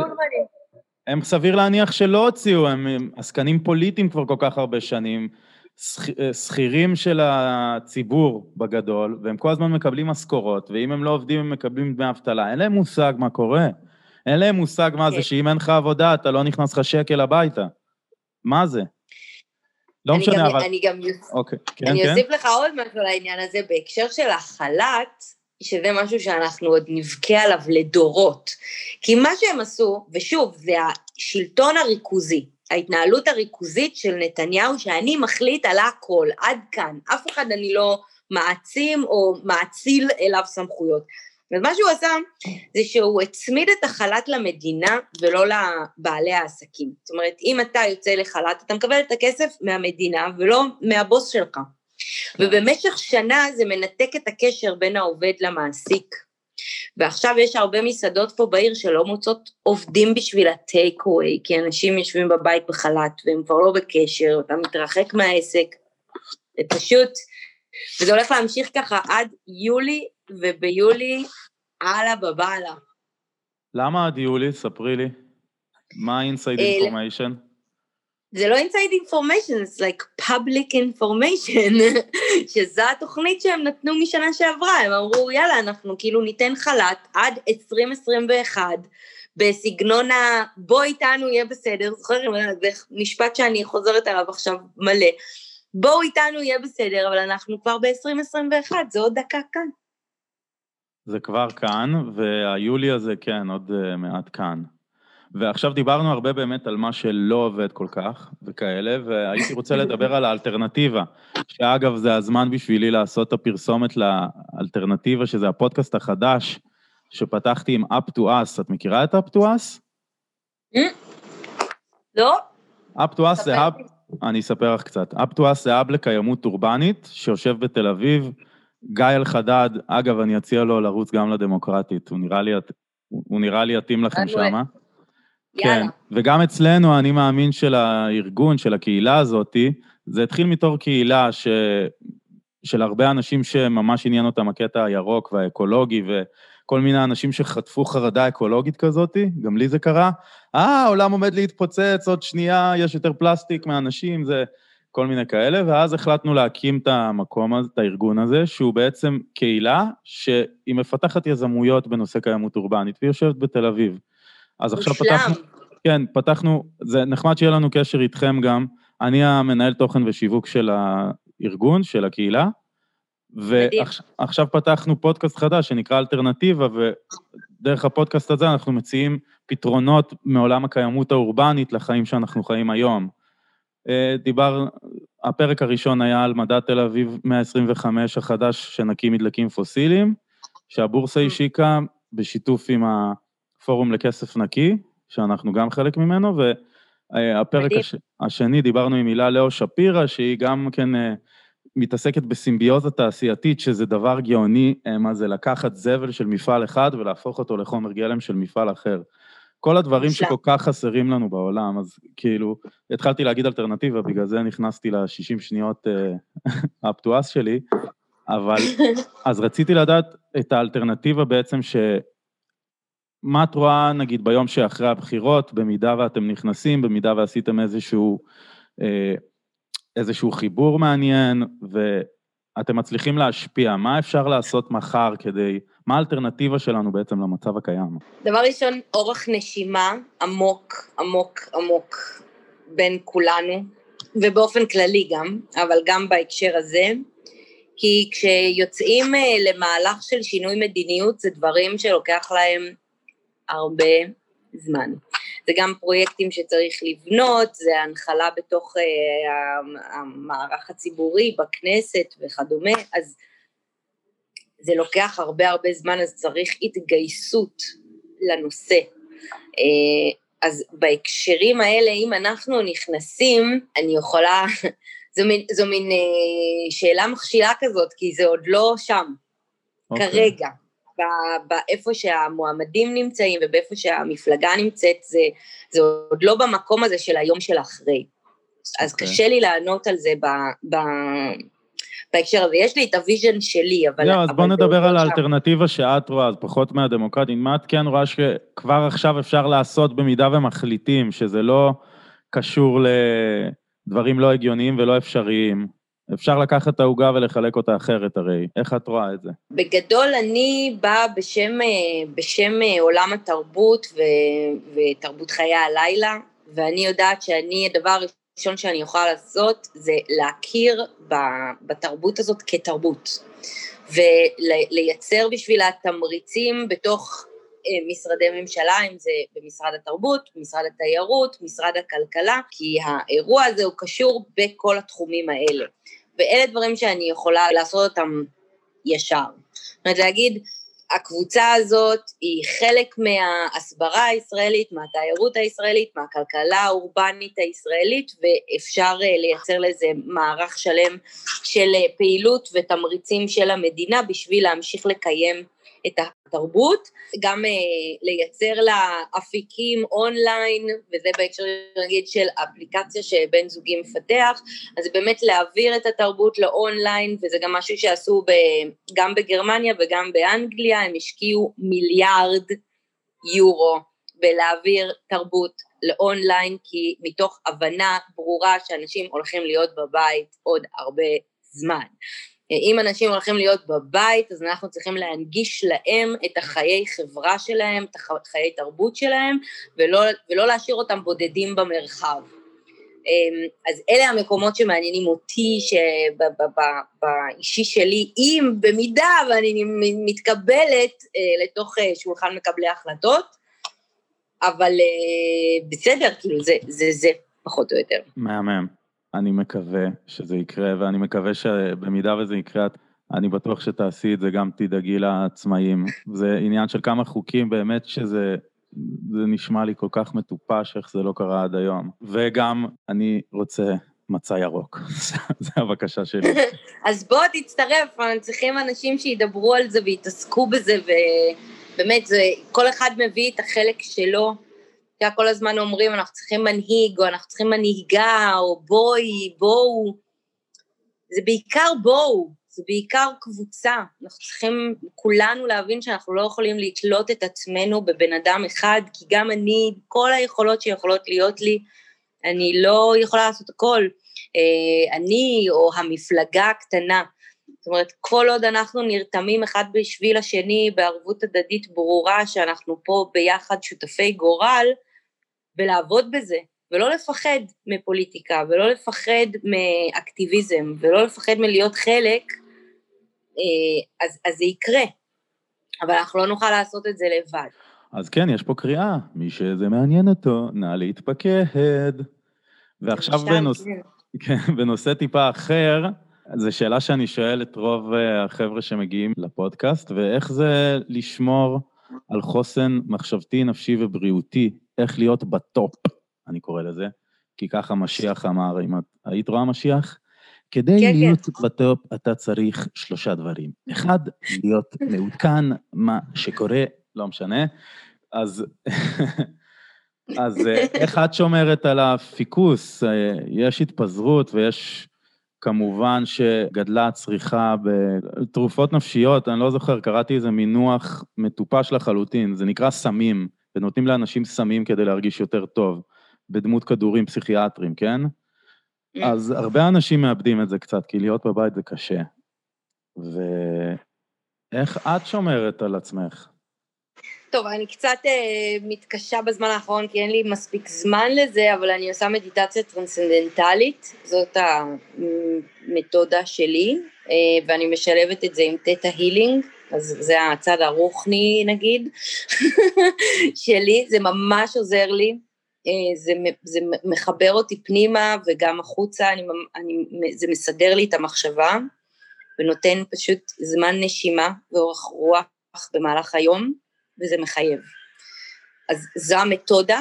הם סביר להניח שלא הוציאו, הם עסקנים פוליטיים כבר כל כך הרבה שנים, שכירים של הציבור בגדול, והם כל הזמן מקבלים משכורות, ואם הם לא עובדים הם מקבלים דמי אבטלה, אין להם מושג מה קורה, אין להם מושג מה זה, שאם אין לך עבודה אתה לא נכנס לך שקל הביתה, מה זה? לא משנה, אבל... אני אוסיף לך עוד משהו לעניין הזה, בהקשר של החל"ת, שזה משהו שאנחנו עוד נבכה עליו לדורות, כי מה שהם עשו, ושוב, זה השלטון הריכוזי, ההתנהלות הריכוזית של נתניהו, שאני מחליט על הכל, עד כאן, אף אחד אני לא מעצים או מעציל אליו סמכויות. ומה שהוא עשה, זה שהוא הצמיד את החל"ת למדינה, ולא לבעלי העסקים. זאת אומרת, אם אתה יוצא לחל"ת, אתה מקבל את הכסף מהמדינה, ולא מהבוס שלך. ובמשך שנה זה מנתק את הקשר בין העובד למעסיק. ועכשיו יש הרבה מסעדות פה בעיר שלא מוצאות עובדים בשביל הטייק-אווי, כי אנשים יושבים בבית בחל"ת, והם כבר לא בקשר, אתה מתרחק מהעסק, זה פשוט, וזה הולך להמשיך ככה עד יולי, וביולי, הלאה בבעלה. למה עד יולי? ספרי לי. מה ה-inside information? זה לא inside information, it's like public information, שזו התוכנית שהם נתנו משנה שעברה, הם אמרו, יאללה, אנחנו כאילו ניתן חל"ת עד עשרים עשרים ואחת, בסגנון ה... בוא איתנו יהיה בסדר, זוכרים, זה משפט שאני חוזרת עליו עכשיו מלא, בואו איתנו יהיה בסדר, אבל אנחנו כבר ב-עשרים עשרים ואחת, זה עוד דקה כאן. זה כבר כאן, והיולי הזה כן, עוד מעט כאן. ועכשיו דיברנו הרבה באמת על מה שלא עובד כל כך, וכאלה, והייתי רוצה לדבר על האלטרנטיבה, שאגב זה הזמן בשבילי לעשות את הפרסומת לאלטרנטיבה, שזה הפודקאסט החדש, שפתחתי עם Up to Us. את מכירה את Up to Us? לא. Up to Us זה האב, אני אספר לך קצת, Up to Us זה האב לקיימות אורבנית, שיושב בתל אביב, גיא אלחדד, אגב אני אציע לו לרוץ גם לדמוקרטית, הוא נראה לי, הוא נראה לי יתאים לכם שמה. כן, וגם אצלנו, אני מאמין של הארגון, של הקהילה הזאת, זה התחיל מתור קהילה ש... של הרבה אנשים שממש עניין אותם הקטע הירוק והאקולוגי, וכל מיני אנשים שחטפו חרדה אקולוגית כזאת, גם לי זה קרה, אה, העולם עומד להתפוצץ, עוד שנייה, יש יותר פלסטיק מאנשים, זה כל מיני כאלה, ואז החלטנו להקים את המקום הזה, את הארגון הזה, שהוא בעצם קהילה, שהיא מפתחת יזמויות בנושא קיימות אורבנית, והיא יושבת בתל אביב. אז עכשיו פתחנו, כן, פתחנו, זה נחמד שיהיה לנו קשר איתכם גם, אני המנהל תוכן ושיווק של הארגון, של הקהילה, ועכשיו פתחנו פודקאסט חדש שנקרא אלטרנטיבה, ודרך הפודקאסט הזה אנחנו מציעים פתרונות מעולם הקיימות האורבנית לחיים שאנחנו חיים היום. דיבר, הפרק הראשון היה על מדע תל אביב מאה עשרים וחמש החדש שנקי מדלקים פוסיליים, שהבורסה השיקה בשיתוף עם ה... פורום לכסף נקי, שאנחנו גם חלק ממנו, והפרק הש... השני דיברנו עם הילה לאו שפירה, שהיא גם כן מתעסקת בסימביוזה תעשייתית, שזה דבר גאוני, מה זה לקחת זבל של מפעל אחד, ולהפוך אותו לחומר גלם של מפעל אחר. כל הדברים שכל כך חסרים לנו בעולם, אז כאילו, התחלתי להגיד אלטרנטיבה, בגלל זה נכנסתי ל-שישים שניות האפטואס שלי, אבל, אז רציתי לדעת את האלטרנטיבה בעצם ש... מה את רואה, נגיד, ביום שאחרי הבחירות, במידה ואתם נכנסים, במידה ועשיתם איזשהו, איזשהו חיבור מעניין, ואתם מצליחים להשפיע, מה אפשר לעשות מחר כדי, מה האלטרנטיבה שלנו בעצם למצב הקיים? דבר ראשון, אורך נשימה עמוק, עמוק, עמוק בין כולנו, ובאופן כללי גם, אבל גם בהקשר הזה, כי כשיוצאים למהלך של שינוי מדיניות, זה דברים שלוקח להם הרבה זמן. זה גם פרויקטים שצריך לבנות, זה הנחלה בתוך uh, המערך הציבורי, בכנסת וכדומה, אז זה לוקח הרבה הרבה זמן, אז צריך התגייסות לנושא. Uh, אז בהקשרים האלה, אם אנחנו נכנסים, אני יכולה, זו מין, זו מין uh, שאלה מכשילה כזאת, כי זה עוד לא שם, okay. כרגע. באיפה שהמועמדים נמצאים ובאיפה שהמפלגה נמצאת, זה, זה עוד לא במקום הזה של היום של אחרי. אז קשה לי לענות על זה ב... ב... בהקשר הזה. יש לי את הוויז'ן שלי, אבל... לא, אז בוא נדבר על האלטרנטיבה שאת רואה, אז פחות מהדמוקרטית. מה את כן רואה שכבר עכשיו אפשר לעשות במידה ומחליטים, שזה לא קשור לדברים לא הגיוניים ולא אפשריים? אפשר לקחת את העוגה ולחלק אותה אחרת הרי. איך את רואה את זה? בגדול אני באה בשם, בשם עולם התרבות ו... ותרבות חיי הלילה, ואני יודעת שאני, הדבר הראשון שאני יכולה לעשות זה להכיר בתרבות הזאת כתרבות, ולייצר בשבילה תמריצים בתוך משרדי ממשלה, אם זה במשרד התרבות, משרד התיירות, משרד הכלכלה, כי האירוע הזה הוא קשור בכל התחומים האלה. ואלה דברים שאני יכולה לעשות אותם ישר. זאת אומרת, להגיד, הקבוצה הזאת היא חלק מההסברה הישראלית, מהתיירות הישראלית, מהכלכלה האורבנית הישראלית, ואפשר לייצר לזה מערך שלם של פעילות ותמריצים של המדינה, בשביל להמשיך לקיים את התרבות, גם לייצר לה אפיקים אונליין, וזה בהקשר נגיד של אפליקציה שבן זוגי מפתח, אז באמת להעביר את התרבות לאונליין, וזה גם משהו שעשו גם בגרמניה וגם באנגליה, הם השקיעו מיליארד יורו בלהעביר תרבות לאונליין, כי מתוך הבנה ברורה שאנשים הולכים להיות בבית עוד הרבה זמן. אם אנשים הולכים להיות בבית, אז אנחנו צריכים להנגיש להם את החיי חברה שלהם, את החיי תרבות שלהם, ולא, ולא להשאיר אותם בודדים במרחב. אז אלה המקומות שמעניינים אותי, שבאישי שלי, אם במידה ואני מתקבלת לתוך שולחן מקבלי החלטות, אבל בסדר, כאילו זה, זה, זה פחות או יותר. מהמם. אני מקווה שזה יקרה, ואני מקווה שבמידה וזה יקרה, אני בטוח שתעשי את זה, גם תדאגי לעצמאים. זה עניין של כמה חוקים, באמת שזה זה נשמע לי כל כך מטופש, איך זה לא קרה עד היום. וגם אני רוצה מצע ירוק, זה הבקשה שלי. אז בוא תצטרף, צריכים אנשים שידברו על זה ויתעסקו בזה, ובאמת זה, כל אחד מביא את החלק שלו, כל הזמן אומרים, אנחנו צריכים מנהיג, או אנחנו צריכים מנהיגה, או בואי, בואו. זה בעיקר בואו, זה בעיקר קבוצה. אנחנו צריכים כולנו להבין שאנחנו לא יכולים לתלות את עצמנו בבן אדם אחד, כי גם אני, כל היכולות שיכולות להיות לי, אני לא יכולה לעשות הכל. אני או המפלגה הקטנה, זאת אומרת, כל עוד אנחנו נרתמים אחד בשביל השני, בערבות הדדית ברורה, שאנחנו פה ביחד שותפי גורל, ולעבוד בזה, ולא לפחד מפוליטיקה, ולא לפחד מאקטיביזם, ולא לפחד מלהיות חלק, אז, אז זה יקרה. אבל אנחנו לא נוכל לעשות את זה לבד. אז כן, יש פה קריאה, מי שזה מעניין אותו, נא להתפקד. ועכשיו בנוס... כן, בנושא טיפה אחר, זו שאלה שאני שואל את רוב החבר'ה שמגיעים לפודקאסט, ואיך זה לשמור על חוסן מחשבתי, נפשי ובריאותי, איך להיות בטופ, אני קורא לזה, כי ככה משיח אמר, אם את היית רואה משיח, כדי כן, להיות כן. בטופ אתה צריך שלושה דברים. אחד, להיות מעודכן, מה שקורה, לא משנה, אז, אז איך את שומרת על הפיקוס? יש התפזרות ויש כמובן שגדלה צריכה בתרופות נפשיות, אני לא זוכר, קראתי איזה מינוח מטופש לחלוטין, זה נקרא סמים, ונותנים לאנשים סמים כדי להרגיש יותר טוב, בדמות כדורים פסיכיאטרים, כן? אז הרבה אנשים מאבדים את זה קצת, כי להיות בבית זה קשה. ואיך את שומרת על עצמך? טוב, אני קצת אה, מתקשה בזמן האחרון, כי אין לי מספיק זמן לזה, אבל אני עושה מדיטציה טרנסצנדנטלית, זאת המתודה שלי, אה, ואני משלבת את זה עם תטא הילינג, אז זה הצד הרוחני נגיד, שלי, זה ממש עוזר לי, אה, זה, זה מחבר אותי פנימה וגם החוצה, אני, אני, זה מסדר לי את המחשבה, ונותן פשוט זמן נשימה ואורך רוח במהלך היום, וזה מחייב. אז זו המתודה,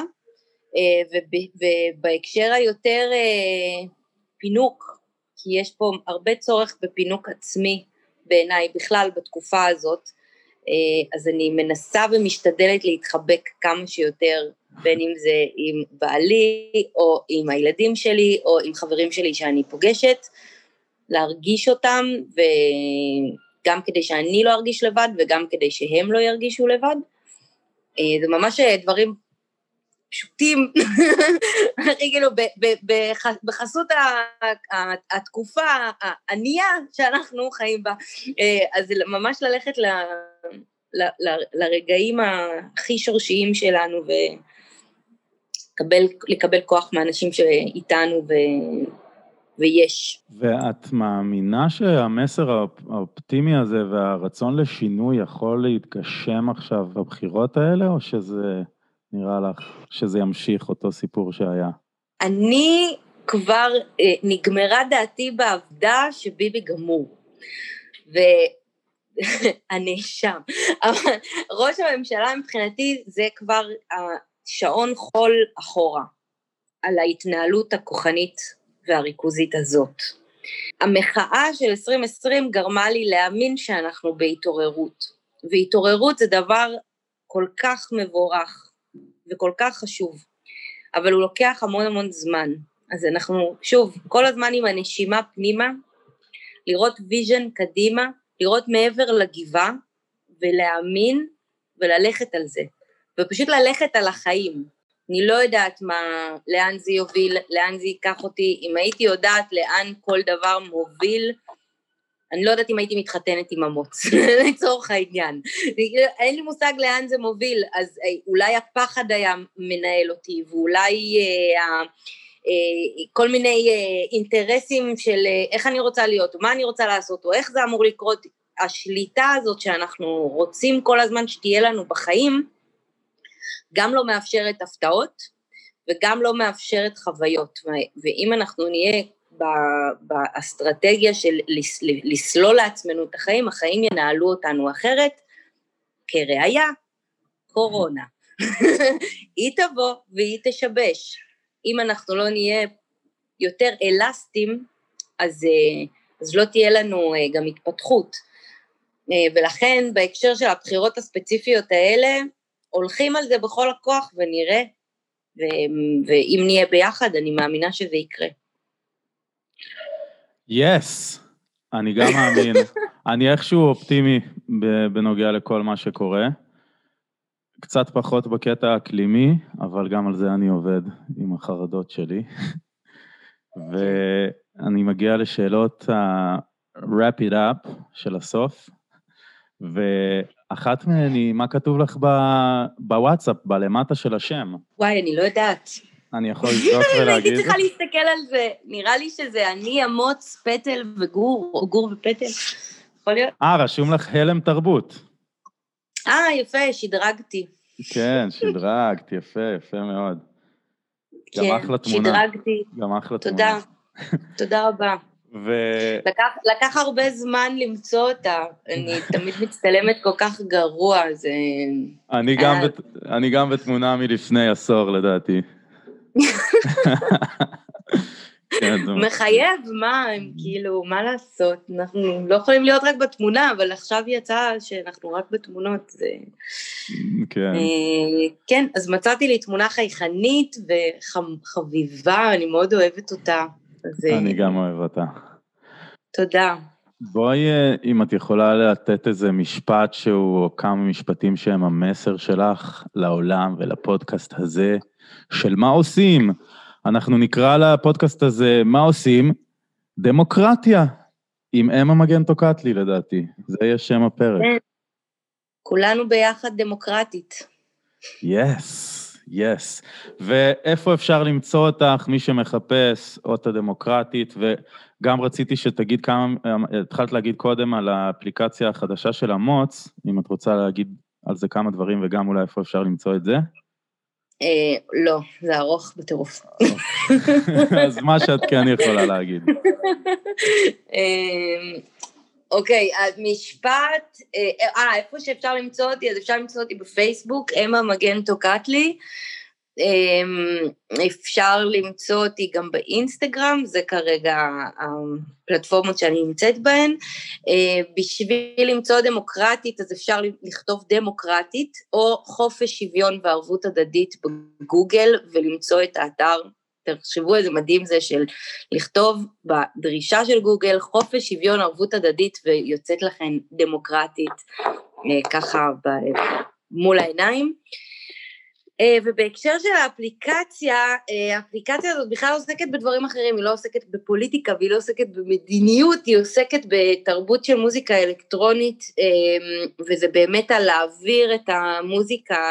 ובהקשר היותר פינוק, כי יש פה הרבה צורך בפינוק עצמי בעיניי, בכלל בתקופה הזאת, אז אני מנסה ומשתדלת להתחבק כמה שיותר, בין אם זה עם בעלי, או עם הילדים שלי, או עם חברים שלי שאני פוגשת, להרגיש אותם, וגם כדי שאני לא ארגיש לבד, וגם כדי שהם לא ירגישו לבד. זה ממש דברים פשוטים, כאילו בחסות התקופה הענייה שאנחנו חיים בה, אז ממש ללכת לרגעים הכי שורשיים שלנו, ולקבל כוח מהאנשים שאיתנו ויש. ואת מאמינה שהמסר האופטימי הזה והרצון לשינוי יכול להתגשם עכשיו בבחירות האלה, או שזה נראה לך שזה ימשיך אותו סיפור שהיה? אני כבר אה, נגמרה דעתי בעבודה שביבי גמור, והנאשם, אבל ראש הממשלה מבחינתי זה כבר השעון חול אחורה, על ההתנהלות הכוחנית והריכוזית הזאת. המחאה של עשרים עשרים גרמה לי להאמין שאנחנו בהתעוררות, והתעוררות זה דבר כל כך מבורך וכל כך חשוב, אבל הוא לוקח המון המון זמן. אז אנחנו, שוב, כל הזמן עם הנשימה פנימה, לראות ויז'ן קדימה, לראות מעבר לגבעה, ולהאמין וללכת על זה, ופשוט ללכת על החיים. אני לא יודעת מה, לאן זה יוביל, לאן זה ייקח אותי, אם הייתי יודעת לאן כל דבר מוביל, אני לא יודעת אם הייתי מתחתנת עם המוץ, לצורך העניין. אין לי מושג לאן זה מוביל, אז אולי הפחד היה מנהל אותי, ואולי אה, אה, כל מיני אה, אינטרסים של אה, איך אני רוצה להיות, או מה אני רוצה לעשות, או איך זה אמור לקרות. השליטה הזאת שאנחנו רוצים כל הזמן שתהיה לנו בחיים, גם לא מאפשרת הפתעות, וגם לא מאפשרת חוויות. ואם אנחנו נהיה באסטרטגיה של לסלול לעצמנו את החיים, החיים ינהלו אותנו אחרת, כראיה, קורונה. היא תבוא והיא תשבש. אם אנחנו לא נהיה יותר אלסטים, אז, אז לא תהיה לנו גם התפתחות. ולכן בהקשר של הבחירות הספציפיות האלה, הולכים על זה בכל הכוח ונראה, ואם נהיה ביחד, אני מאמינה שזה יקרה. יס, yes, אני גם מאמין. אני איכשהו אופטימי בנוגע לכל מה שקורה. קצת פחות בקטע האקלימי, אבל גם על זה אני עובד עם החרדות שלי. ואני מגיע לשאלות ה-wrap it up של הסוף, ואחת מהן היא, מה כתוב לך בוואטסאפ, בלמטה של השם? וואי, אני לא יודעת. אני יכול לבדוק ולהגיד. הייתי צריכה להסתכל על זה, נראה לי שזה אני, אמוץ, פטל וגור, או גור ופטל, יכול להיות? אה, רשום לך הלם תרבות. אה, יפה, שדרגתי. כן, שדרגת, יפה, יפה מאוד. כן, גם אחלה תמונה. שדרגתי. גם אחלה תמונה. תודה, תודה רבה. ו... לקח, לקח הרבה זמן למצוא אותה, אני תמיד מצטלמת כל כך גרוע, זה... אני גם, בת... אני גם בתמונה מלפני עשור, לדעתי. מחייב, מה, הם כאילו, מה לעשות, אנחנו לא יכולים להיות רק בתמונה, אבל עכשיו יצא שאנחנו רק בתמונות, זה... כן. כן, אז מצאתי לי תמונה חייכנית וחביבה, אני מאוד אוהבת אותה. אני גם אוהב אותה. תודה. בואי, אם את יכולה לתת איזה משפט שהוא, או כמה משפטים שהם המסר שלך לעולם ולפודקאסט הזה, של מה עושים? אנחנו נקרא לפודקאסט הזה, מה עושים? דמוקרטיה, עם אמה מגן טוקטלי לדעתי, זה יהיה שם הפרק. כולנו ביחד דמוקרטית. יס, יס. ואיפה אפשר למצוא אותך, מי שמחפש אותה דמוקרטית, וגם רציתי שתגיד כמה, התחלת להגיד קודם על האפליקציה החדשה של המוץ, אם את רוצה להגיד על זה כמה דברים, וגם אולי איפה אפשר למצוא את זה? לא, זה ארוך בטירוף. אז מה שאת כן יכולה להגיד. אוקיי, המשפט, אה, איפה שאפשר למצוא אותי, אז אפשר למצוא אותי בפייסבוק, אמה מגן טוקטלי, אפשר למצוא אותי גם באינסטגרם, זה כרגע הפלטפורמות שאני נמצאת בהן. בשביל למצוא דמוקרטית, אז אפשר לכתוב דמוקרטית, או חופש, שוויון וערבות הדדית בגוגל, ולמצוא את האתר. תחשבו איזה מדהים זה של לכתוב בדרישה של גוגל, חופש, שוויון, ערבות הדדית, ויוצאת לכם דמוקרטית, ככה מול העיניים. ובהקשר של האפליקציה, האפליקציה הזאת בכלל עוסקת בדברים אחרים, היא לא עוסקת בפוליטיקה, והיא לא עוסקת במדיניות, היא עוסקת בתרבות של מוזיקה אלקטרונית, וזה באמת על להעביר את המוזיקה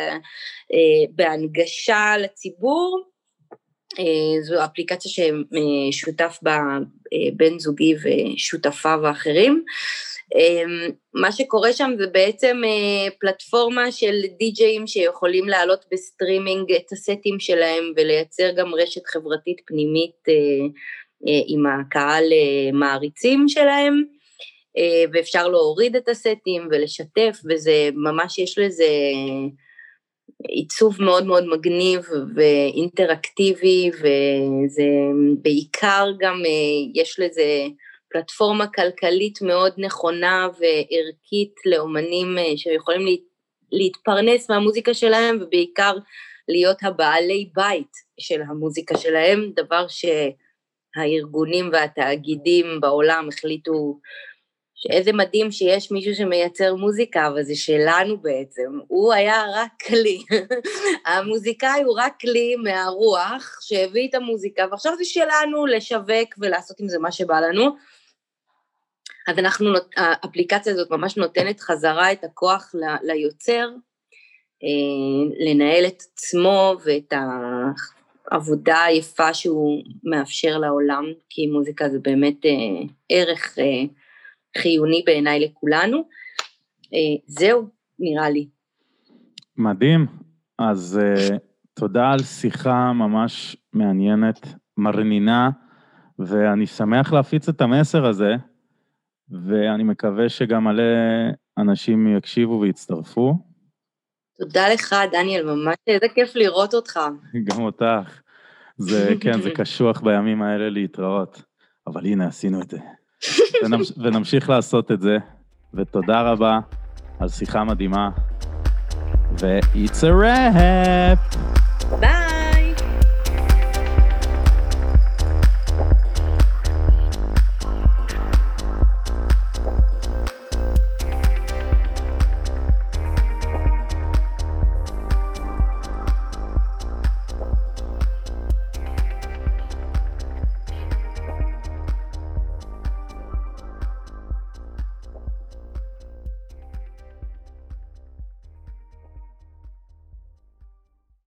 בהנגשה לציבור. זו אפליקציה ששותף בה בן זוגי ושותפיו האחרים. מה שקורה שם זה בעצם פלטפורמה של די-ג'אים שיכולים לעלות בסטרימינג את הסטים שלהם ולייצר גם רשת חברתית פנימית עם הקהל מעריצים שלהם, ואפשר להוריד את הסטים ולשתף, וזה ממש יש לזה עיצוב מאוד מאוד מגניב ואינטראקטיבי, וזה בעיקר גם יש לזה פלטפורמה כלכלית מאוד נכונה וערכית לאומנים שיכולים להתפרנס מהמוזיקה שלהם, ובעיקר להיות הבעלי בית של המוזיקה שלהם, דבר שהארגונים והתאגידים בעולם החליטו שאיזה מדהים שיש מישהו שמייצר מוזיקה, אבל זה שלנו בעצם, הוא היה רק כלי, המוזיקאי הוא רק כלי מהרוח שהביא את המוזיקה, ועכשיו זה שלנו לשווק ולעשות עם זה מה שבא לנו. אז אנחנו, האפליקציה הזאת ממש נותנת חזרה את הכוח ל, ליוצר, לנהל את עצמו ואת העבודה היפה שהוא מאפשר לעולם, כי מוזיקה זה באמת ערך חיוני בעיניי לכולנו. זהו, נראה לי. מדהים. אז תודה על שיחה ממש מעניינת, מרנינה, ואני שמח להפיץ את המסר הזה, ואני מקווה שגם מלא אנשים יקשיבו ויצטרפו. תודה לך, דניאל, ממש איזה כיף לראות אותך. גם אותך. זה, כן, זה קשוח בימים האלה להתראות, אבל הנה, עשינו את זה. ונמש, ונמשיך לעשות את זה, ותודה רבה על שיחה מדהימה, ו-It's a wrap! ביי!